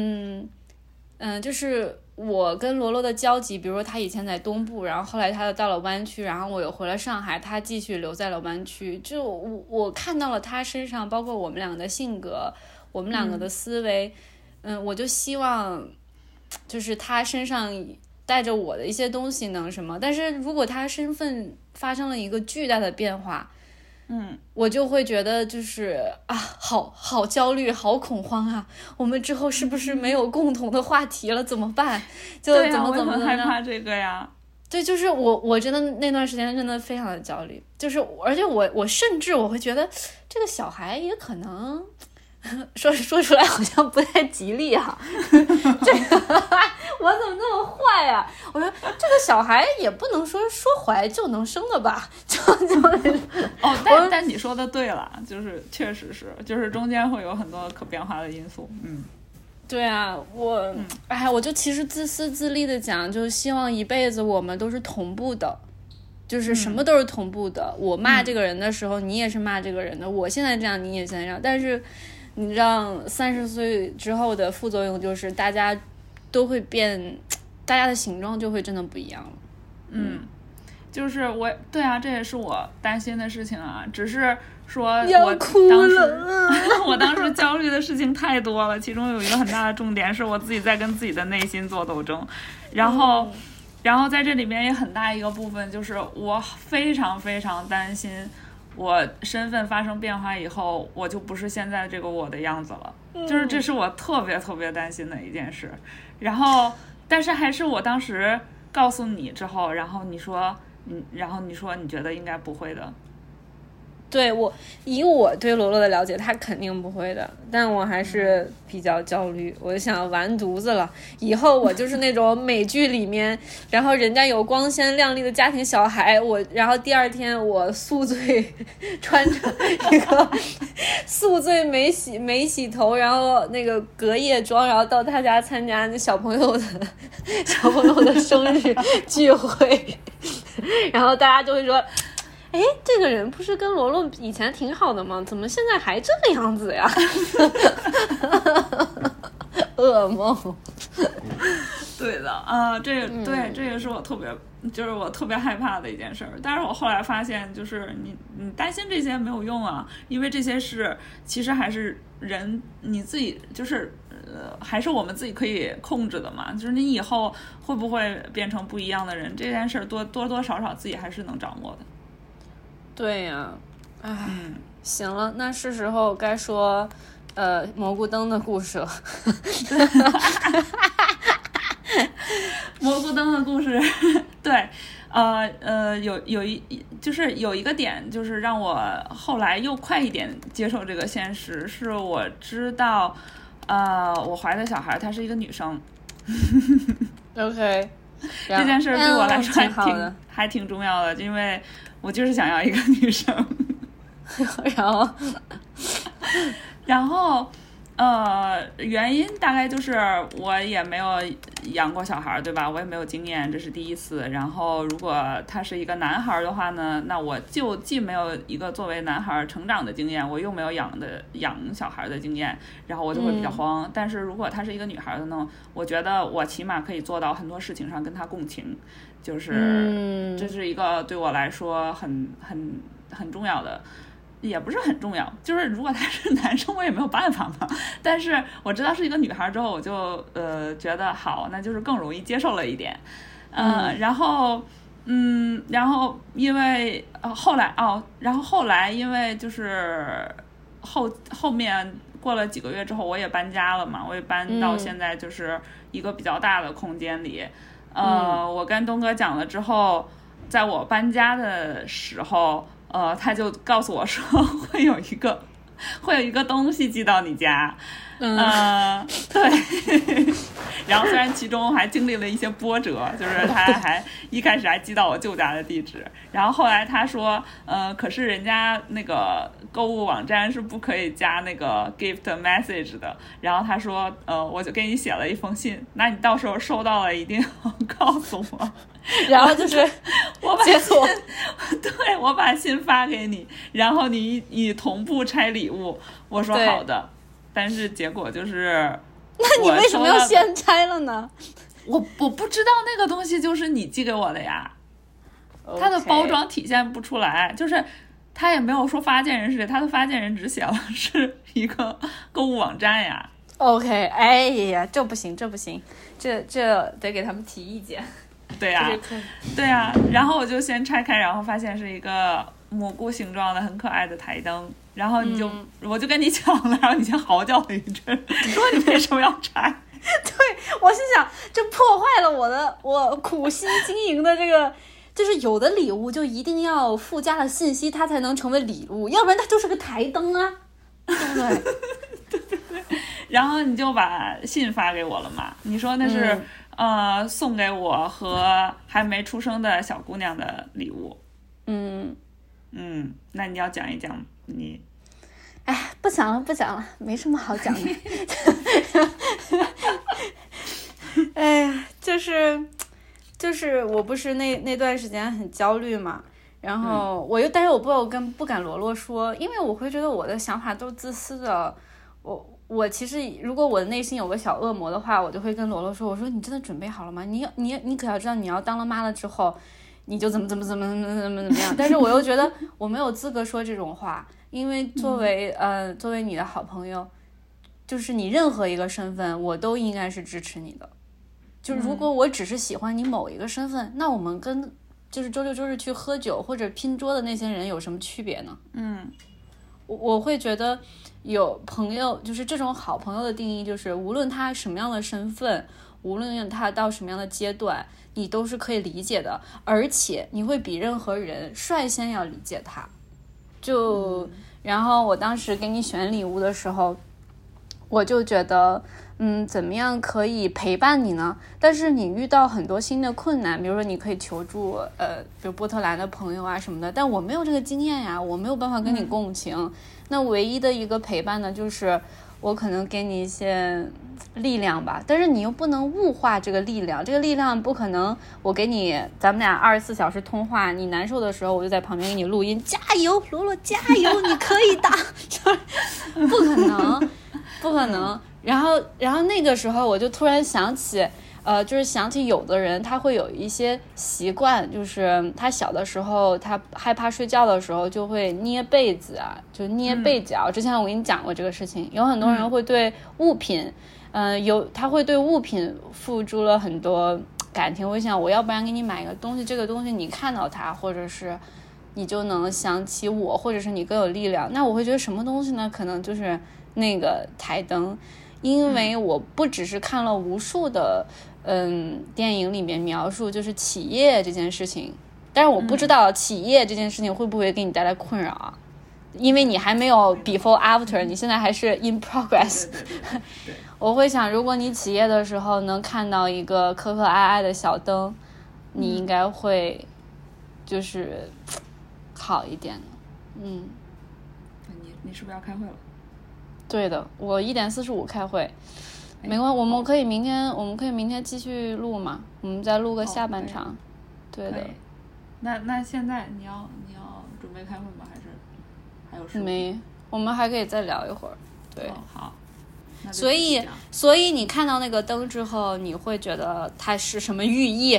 就是我跟罗罗的交集，比如说他以前在东部，然后后来他又到了湾区，然后我又回了上海，他继续留在了湾区，就我看到了他身上，包括我们2个的性格，我们2个的思维，我就希望就是他身上带着我的一些东西能什么，但是如果他身份发生了一个巨大的变化，我就会觉得就是好焦虑，好恐慌啊！我们之后是不是没有共同的话题了？怎么办？就怎么我很害怕这个呀。 对，就是我真的那段时间真的非常的焦虑，就是而且我甚至我会觉得这个小孩也可能。说出来好像不太吉利啊，这个我怎么那么坏啊？我说这个小孩也不能说怀就能生的吧， 但你说的对了，就是确实是，就是中间会有很多可变化的因素。 对啊，我就其实自私自利的讲，就希望一辈子我们都是同步的。就是什么都是同步的，我骂这个人的时候，你也是骂这个人的，我现在这样，你也现在这样，但是你知道30岁之后的副作用就是大家都会变，大家的形状就会真的不一样了。 就是对啊，这也是我担心的事情啊，只是说我当时焦虑的事情太多了，其中有一个很大的重点是我自己在跟自己的内心做斗争，然后然后在这里面也很大一个部分就是我非常非常担心我身份发生变化以后我就不是现在这个我的样子了，就是这是我特别特别担心的一件事。然后但是还是我当时告诉你之后，然后你说你觉得应该不会的。 对，以我对罗罗的了解，他肯定不会的，但我还是比较焦虑，我想完犊子了，以后我就是那种美剧里面，然后人家有光鲜亮丽的家庭小孩，然后第二天我宿醉，穿着一个宿醉没洗头，然后那个隔夜妆，然后到他家参加那小朋友的生日聚会，然后大家就会说，哎，这个人不是跟罗罗以前挺好的吗？怎么现在还这个样子呀？噩梦。 对的，这个是我特别害怕的一件事儿。但是我后来发现，就是你担心这些没有用啊，因为这些事其实还是人你自己就是还是我们自己可以控制的嘛。就是你以后会不会变成不一样的人，这件事多少少自己还是能掌握的。 对呀，行了，那是时候该说蘑菇灯的故事了。 蘑菇灯的故事，对，有一个点，就是让我后来又快一点接受这个现实，是我知道，我怀的小孩她是一个女生。 OK， 这件事对我来说还挺重要的，因为我就是想要一个女生。然后原因大概就是我也没有养过小孩，对吧？我也没有经验，这是第一次。然后如果他是一个男孩的话呢，那我就既没有一个作为男孩成长的经验，我又没有养小孩的经验，然后我就会比较慌。但是如果他是一个女孩的呢，我觉得我起码可以做到很多事情上跟他共情，就是这是一个对我来说很重要的。也不是很重要，就是如果他是男生我也没有办法嘛，但是我知道是一个女孩之后，我就觉得好，那就是更容易接受了一点。然后因为后来因为就是后面过了几个月之后我也搬家了嘛，我也搬到现在就是一个比较大的空间里。我跟东哥讲了之后，在我搬家的时候他就告诉我说会有一个东西寄到你家。对。然后虽然其中还经历了一些波折，就是他还一开始还寄到我舅家的地址，然后后来他说可是人家那个购物网站是不可以加那个 gift message 的，然后他说我就给你写了一封信，那你到时候收到了一定要告诉我。 然后就是我把信发给你，然后你同步拆礼物。我说好的，但是结果就是那你为什么要先拆了呢？ 我不知道那个东西就是你寄给我的呀。它的包装体现不出来，就是他也没有说发件人是谁，他的发件人只写了是一个购物网站呀。 OK， 哎呀，这不行，这得给他们提意见。 对呀，对呀，然后我就先拆开，然后发现是一个蘑菇形状的很可爱的台灯，然后我就跟你讲了，然后你先嚎叫了一阵，说你为什么要拆？ 对，我心想这破坏了我苦心经营的这个，就是有的礼物就一定要附加了信息，它才能成为礼物，要不然它就是个台灯啊，对不对？ 对。然后你就把信发给我了嘛，你说那是送给我和还没出生的小姑娘的礼物。那你要讲一讲你。 哎，不讲了，没什么好讲的。哎呀，就是我不是那段时间很焦虑嘛，然后但是我不敢罗罗说，因为我会觉得我的想法都自私的。我其实如果我的内心有个小恶魔的话，我就会跟罗罗说，我说你真的准备好了吗？你可要知道，你要当了妈了之后，你就怎么样。但是我又觉得我没有资格说这种话，因为作为你的好朋友，就是你任何一个身份，我都应该是支持你的。 就如果我只是喜欢你某一个身份，那我们跟就是周六周日去喝酒或者拼桌的那些人有什么区别呢？我会觉得有朋友，就是这种好朋友的定义，就是无论他什么样的身份，无论他到什么样的阶段，你都是可以理解的，而且你会比任何人率先要理解他。然后我当时给你选礼物的时候，我就觉得怎么样可以陪伴你呢？但是你遇到很多新的困难，比如说你可以求助比如波特兰的朋友啊什么的，但我没有这个经验呀，我没有办法跟你共情。那唯一的一个陪伴呢，就是我可能给你一些力量吧，但是你又不能物化这个力量，这个力量不可能我给你，咱们俩24小时通话，你难受的时候我就在旁边给你录音，加油罗罗加油，你可以的不可能不可能。然后那个时候我就突然想起就是想起有的人他会有一些习惯，就是他小的时候他害怕睡觉的时候就会捏被子啊，就捏被角。之前我跟你讲过这个事情，有很多人会对物品他会对物品付诸了很多感情，我想我要不然给你买个东西，这个东西你看到它，或者是你就能想起我，或者是你更有力量。那我会觉得什么东西呢？可能就是那个台灯，因为我不只是看了无数的电影里面描述就是起夜这件事情，但是我不知道起夜这件事情会不会给你带来困扰啊，因为你还没有 before after， 你现在还是 in progress。 对我会想，如果你起夜的时候能看到一个可可爱爱的小灯，你应该会就是好一点的。 你是不是要开会了？ 对的，我1点45开会。没关系，我们可以明天继续录嘛，我们再录个下半场。对的。 那现在你要准备开会吗？还有事？ 没，我们还可以再聊一会儿。对。 好。 所以你看到那个灯之后，你会觉得它是什么寓意？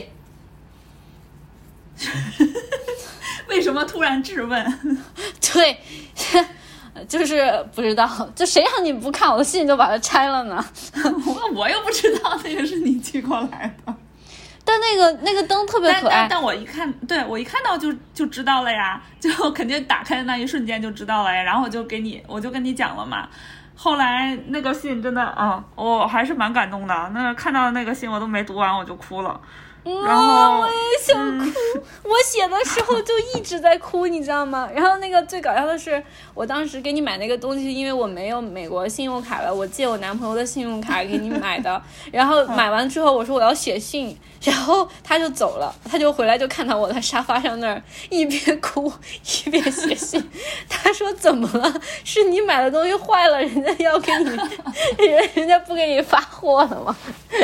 为什么突然质问？ 对。就是不知道，就谁让你不看我的信就把它拆了呢？ 我又不知道那个是你寄过来的。 但那个灯特别可爱。 但我一看到就知道了呀，就肯定打开的那一瞬间就知道了呀。然后我就跟你讲了嘛。后来那个信真的我还是蛮感动的。那看到那个信我都没读完我就哭了。然后我也想哭，我写的时候就一直在哭，你知道吗？然后那个最搞笑的是，我当时给你买那个东西，因为我没有美国信用卡了，我借我男朋友的信用卡给你买的。然后买完之后我说我要写信，然后他就走了，他就回来就看到我在沙发上那儿一边哭一边写信。他说怎么了？是你买的东西坏了，人家要给你人家不给你发货了吗？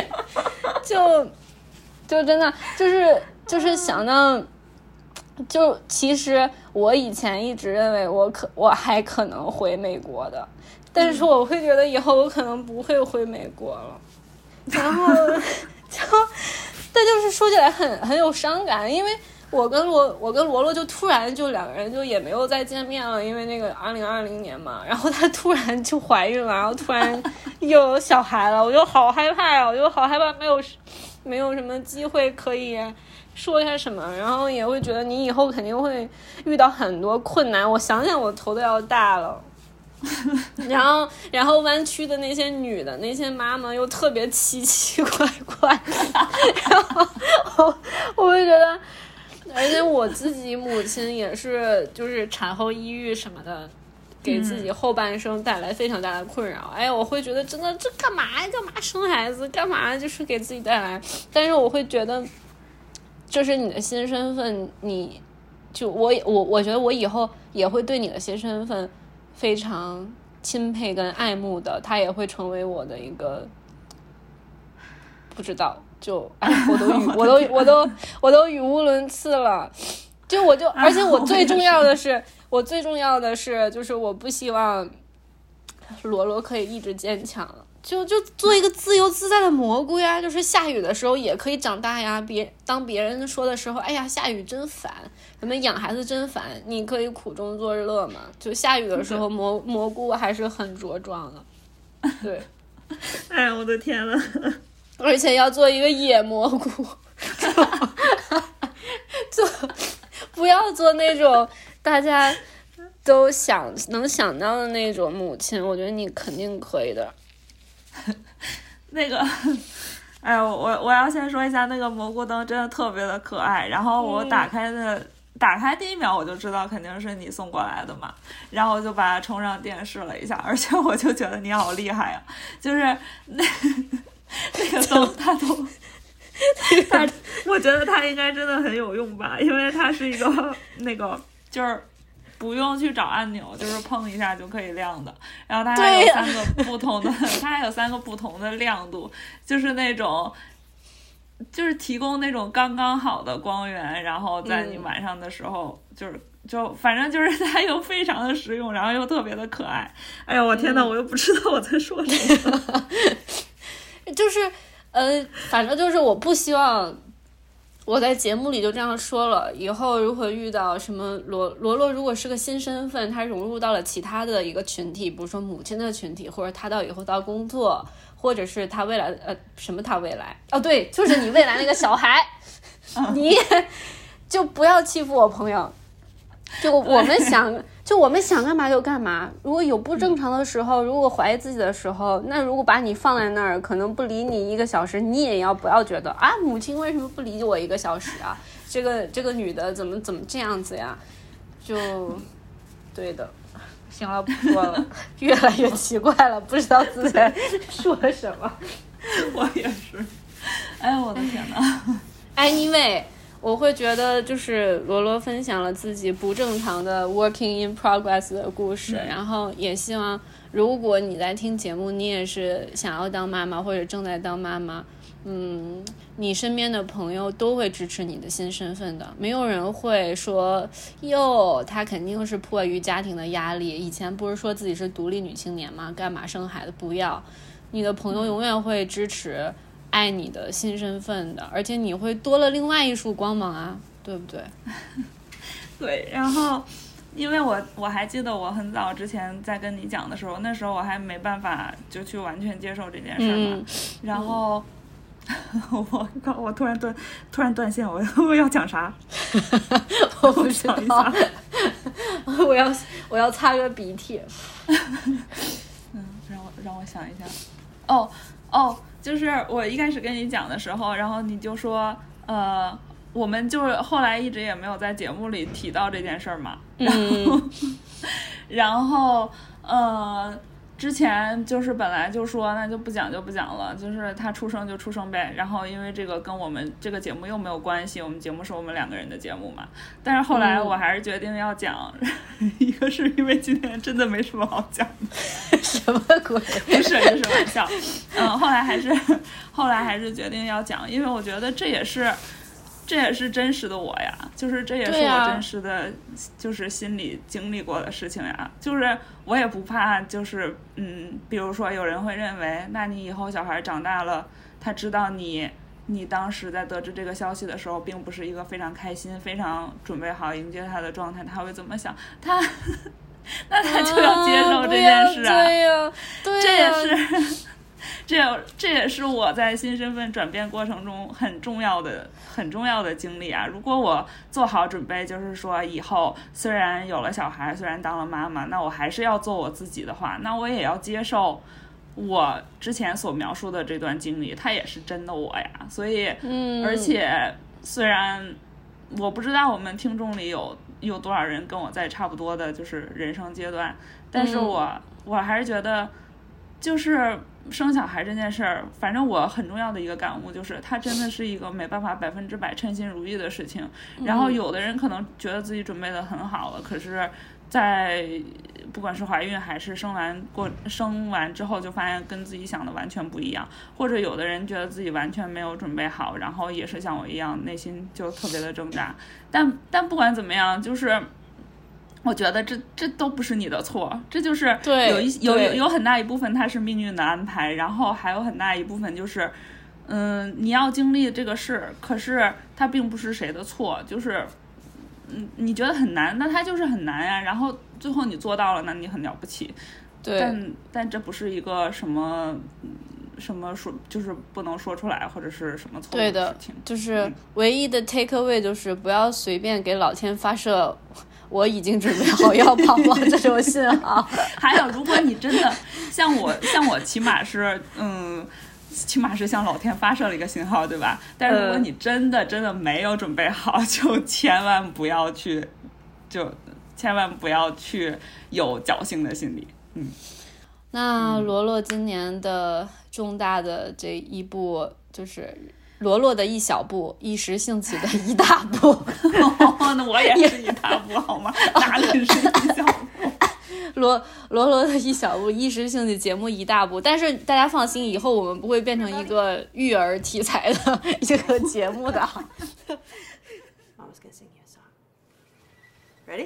就真的就是想到，就其实我以前一直认为我还可能回美国的，但是我会觉得以后我可能不会回美国了。然后但就是说起来很有伤感，因为我跟罗罗就突然就两个人就也没有再见面了，因为那个2020年嘛，然后她突然就怀孕了，然后突然又有小孩了，我就好害怕呀，我就好害怕没有什么机会可以说一下什么，然后也会觉得你以后肯定会遇到很多困难，我想想我头都要大了。然后湾区的那些女的那些妈妈又特别奇奇怪怪，然后我会觉得，而且我自己母亲也是就是产后抑郁什么的，给自己后半生带来非常大的困扰。我会觉得真的这干嘛生孩子，干嘛就是给自己带来。但是我会觉得这是你的新身份，你就我觉得我以后也会对你的新身份非常钦佩跟爱慕的，它也会成为我的一个不知道，就我都语无伦次了。而且我最重要的是，就是我不希望罗罗可以一直坚强，就做一个自由自在的蘑菇呀，就是下雨的时候也可以长大呀。当别人说的时候，哎呀下雨真烦，什么养孩子真烦，你可以苦中作乐嘛。就下雨的时候蘑菇还是很茁壮的。对。 哎呀我的天呐。 而且要做一个野蘑菇，做不要做那种大家都能想到的那种母亲，我觉得你肯定可以的。 那个，哎呦，我要先说一下，那个蘑菇灯真的特别的可爱。然后我打开第一秒我就知道肯定是你送过来的嘛，然后我就把它冲上电视了一下，而且我就觉得你好厉害呀，就是那个灯它都。我觉得它应该真的很有用吧，因为它是一个那个就是不用去找按钮，就是碰一下就可以亮的。然后它还有3个不同的，它还有3个不同的亮度，就是那种就是提供那种刚刚好的光源，然后在你晚上的时候就反正就是它又非常的实用，然后又特别的可爱。哎呀，我天哪，我又不知道我在说什么。 就是反正就是我不希望我在节目里就这样说了，以后如果遇到什么罗如果是个新身份，他融入到了其他的一个群体，比如说母亲的群体，或者他以后到工作，或者是他未来什么他未来对，就是你未来那个小孩你就不要欺负我朋友，就我们想干嘛就干嘛。如果有不正常的时候，如果怀疑自己的时候，那如果把你放在那儿，可能不理你1个小时，你也不要觉得啊，母亲为什么不理我1个小时啊？这个女的怎么这样子呀？就对的。行了，不说了，越来越奇怪了，不知道自己在说什么。 我也是。哎呀，我的天哪 ！Anyway。我会觉得就是罗分享了自己不正常的 working in progress 的故事，然后也希望如果你在听节目，你也是想要当妈妈或者正在当妈妈，你身边的朋友都会支持你的新身份的，没有人会说她肯定是迫于家庭的压力，以前不是说自己是独立女青年吗？干嘛生孩子？不要，你的朋友永远会支持爱你的新身份的，而且你会多了另外一束光芒啊，对不对？ 对，然后因为我还记得我很早之前在跟你讲的时候，那时候我还没办法就去完全接受这件事嘛，然后我突然断线，我要讲啥？ 我不知道，我要擦个鼻涕。 让我想一下。就是我一开始跟你讲的时候，然后你就说我们就是后来一直也没有在节目里提到这件事儿嘛，然后之前就是本来就说那就不讲了，就是他出生就出生呗，然后因为这个跟我们这个节目又没有关系，我们节目是我们2个人的节目嘛，但是后来我还是决定要讲，一个是因为今天真的没什么好讲的。 什么鬼？ 不是，这是玩笑。后来还是决定要讲，因为我觉得这也是真实的我呀，就是这也是我真实的就是心里经历过的事情呀，就是我也不怕，就是比如说有人会认为，那你以后小孩长大了，他知道你当时在得知这个消息的时候并不是一个非常开心非常准备好迎接他的状态，他会怎么想？那他就要接受这件事啊，这也是我在新身份转变过程中很重要的经历啊。如果我做好准备，就是说以后虽然有了小孩，虽然当了妈妈，那我还是要做我自己的话，那我也要接受我之前所描述的这段经历，它也是真的我呀。所以而且虽然我不知道我们听众里有多少人跟我在差不多的就是人生阶段，但是我还是觉得就是生小孩这件事儿，反正我很重要的一个感悟就是它真的是一个没办法100%称心如意的事情。然后有的人可能觉得自己准备的很好了，可是在不管是怀孕还是生完之后就发现跟自己想的完全不一样，或者有的人觉得自己完全没有准备好，然后也是像我一样内心就特别的挣扎。但不管怎么样，就是我觉得这都不是你的错，这就是有很大一部分它是命运的安排，然后还有很大一部分就是你要经历这个事，可是它并不是谁的错，就是你觉得很难，那它就是很难呀，然后最后你做到了，那你很了不起。 对， 但这不是一个什么什么说就是不能说出来，或者是什么错误对的事情。 就是唯一的 take away 就是不要随便给老天发射我已经准备好要跑了这种信号。 还有，如果你真的像我起码是向老天发射了一个信号，对吧？但是如果你真的没有准备好，就千万不要去有侥幸的心理。 那罗罗今年的重大的这一步就是罗罗的一小步，一时兴起的一大步。 那我也是一大步好吗？哪里是一小步？ 罗罗的一小步，一时兴起节目一大步。但是大家放心，以后我们不会变成一个育儿题材的一个节目的。 Mama's gonna sing you a song. Ready?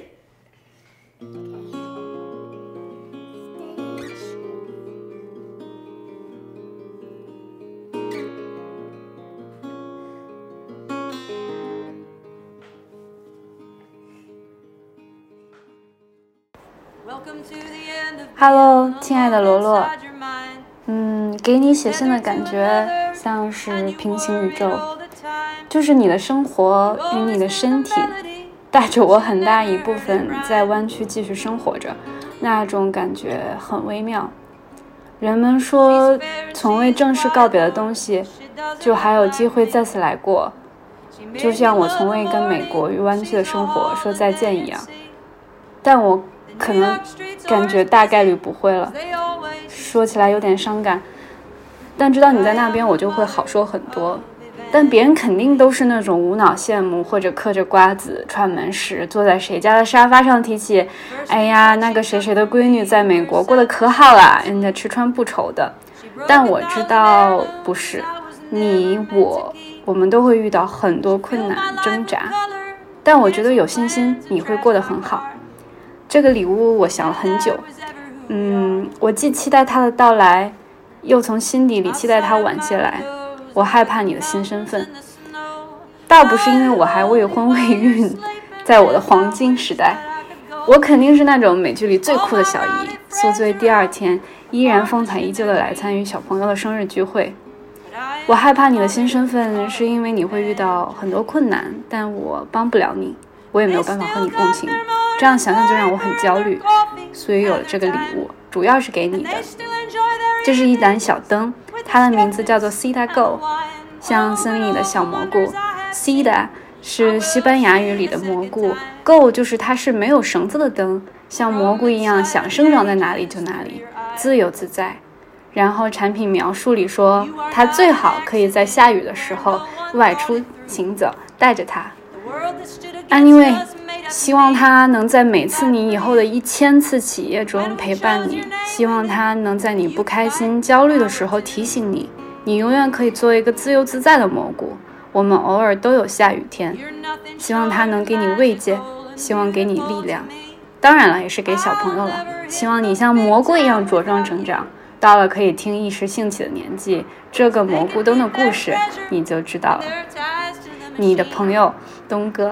Hello， 亲爱的罗罗，给你写信的感觉像是平行宇宙，就是你的生活与你的身体带着我很大一部分在湾区继续生活着，那种感觉很微妙。人们说从未正式告别的东西就还有机会再次来过，就像我从未跟美国与湾区的生活说再见一样，但我可能感觉大概率不会了。说起来有点伤感，但知道你在那边我就会好说很多。但别人肯定都是那种无脑羡慕，或者嗑着瓜子串门时坐在谁家的沙发上提起，哎呀那个谁谁的闺女在美国过得可好了，人家吃穿不愁的。但我知道不是，你我们都会遇到很多困难挣扎，但我觉得有信心你会过得很好。这个礼物我想了很久，我既期待它的到来，又从心底里期待它晚些来。我害怕你的新身份，倒不是因为我还未婚未育，在我的黄金时代，我肯定是那种美剧里最酷的小姨，宿醉第二天依然风采依旧的来参与小朋友的生日聚会。我害怕你的新身份是因为你会遇到很多困难，但我帮不了你，我也没有办法和你共情，这样想想就让我很焦虑，所以有了这个礼物，主要是给你的。这是一盏小灯，它的名字叫做 Cita Go， 像森林里的小蘑菇。Cita 是西班牙语里的蘑菇， Go 就是它是没有绳子的灯，像蘑菇一样想生长在哪里就哪里，自由自在。然后产品描述里说，它最好可以在下雨的时候外出行走，带着它。Anyway， 希望它能在每次你以后的1000次起夜中陪伴你，希望它能在你不开心焦虑的时候提醒你，你永远可以做一个自由自在的蘑菇，我们偶尔都有下雨天。希望它能给你慰藉，希望给你力量，当然了也是给小朋友了，希望你像蘑菇一样茁壮成长，到了可以听一时兴起的年纪，这个蘑菇灯的故事你就知道了。你的朋友东哥。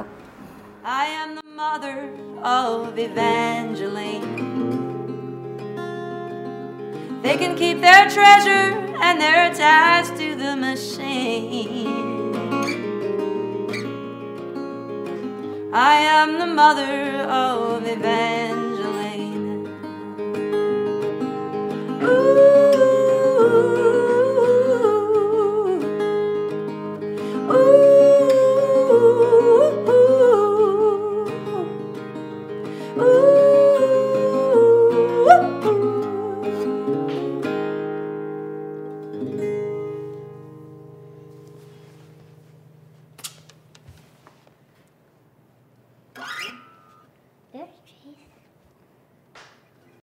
I am the mother of Evangeline. They can keep their treasure and their ties to the machine. I am the mother of Evangeline.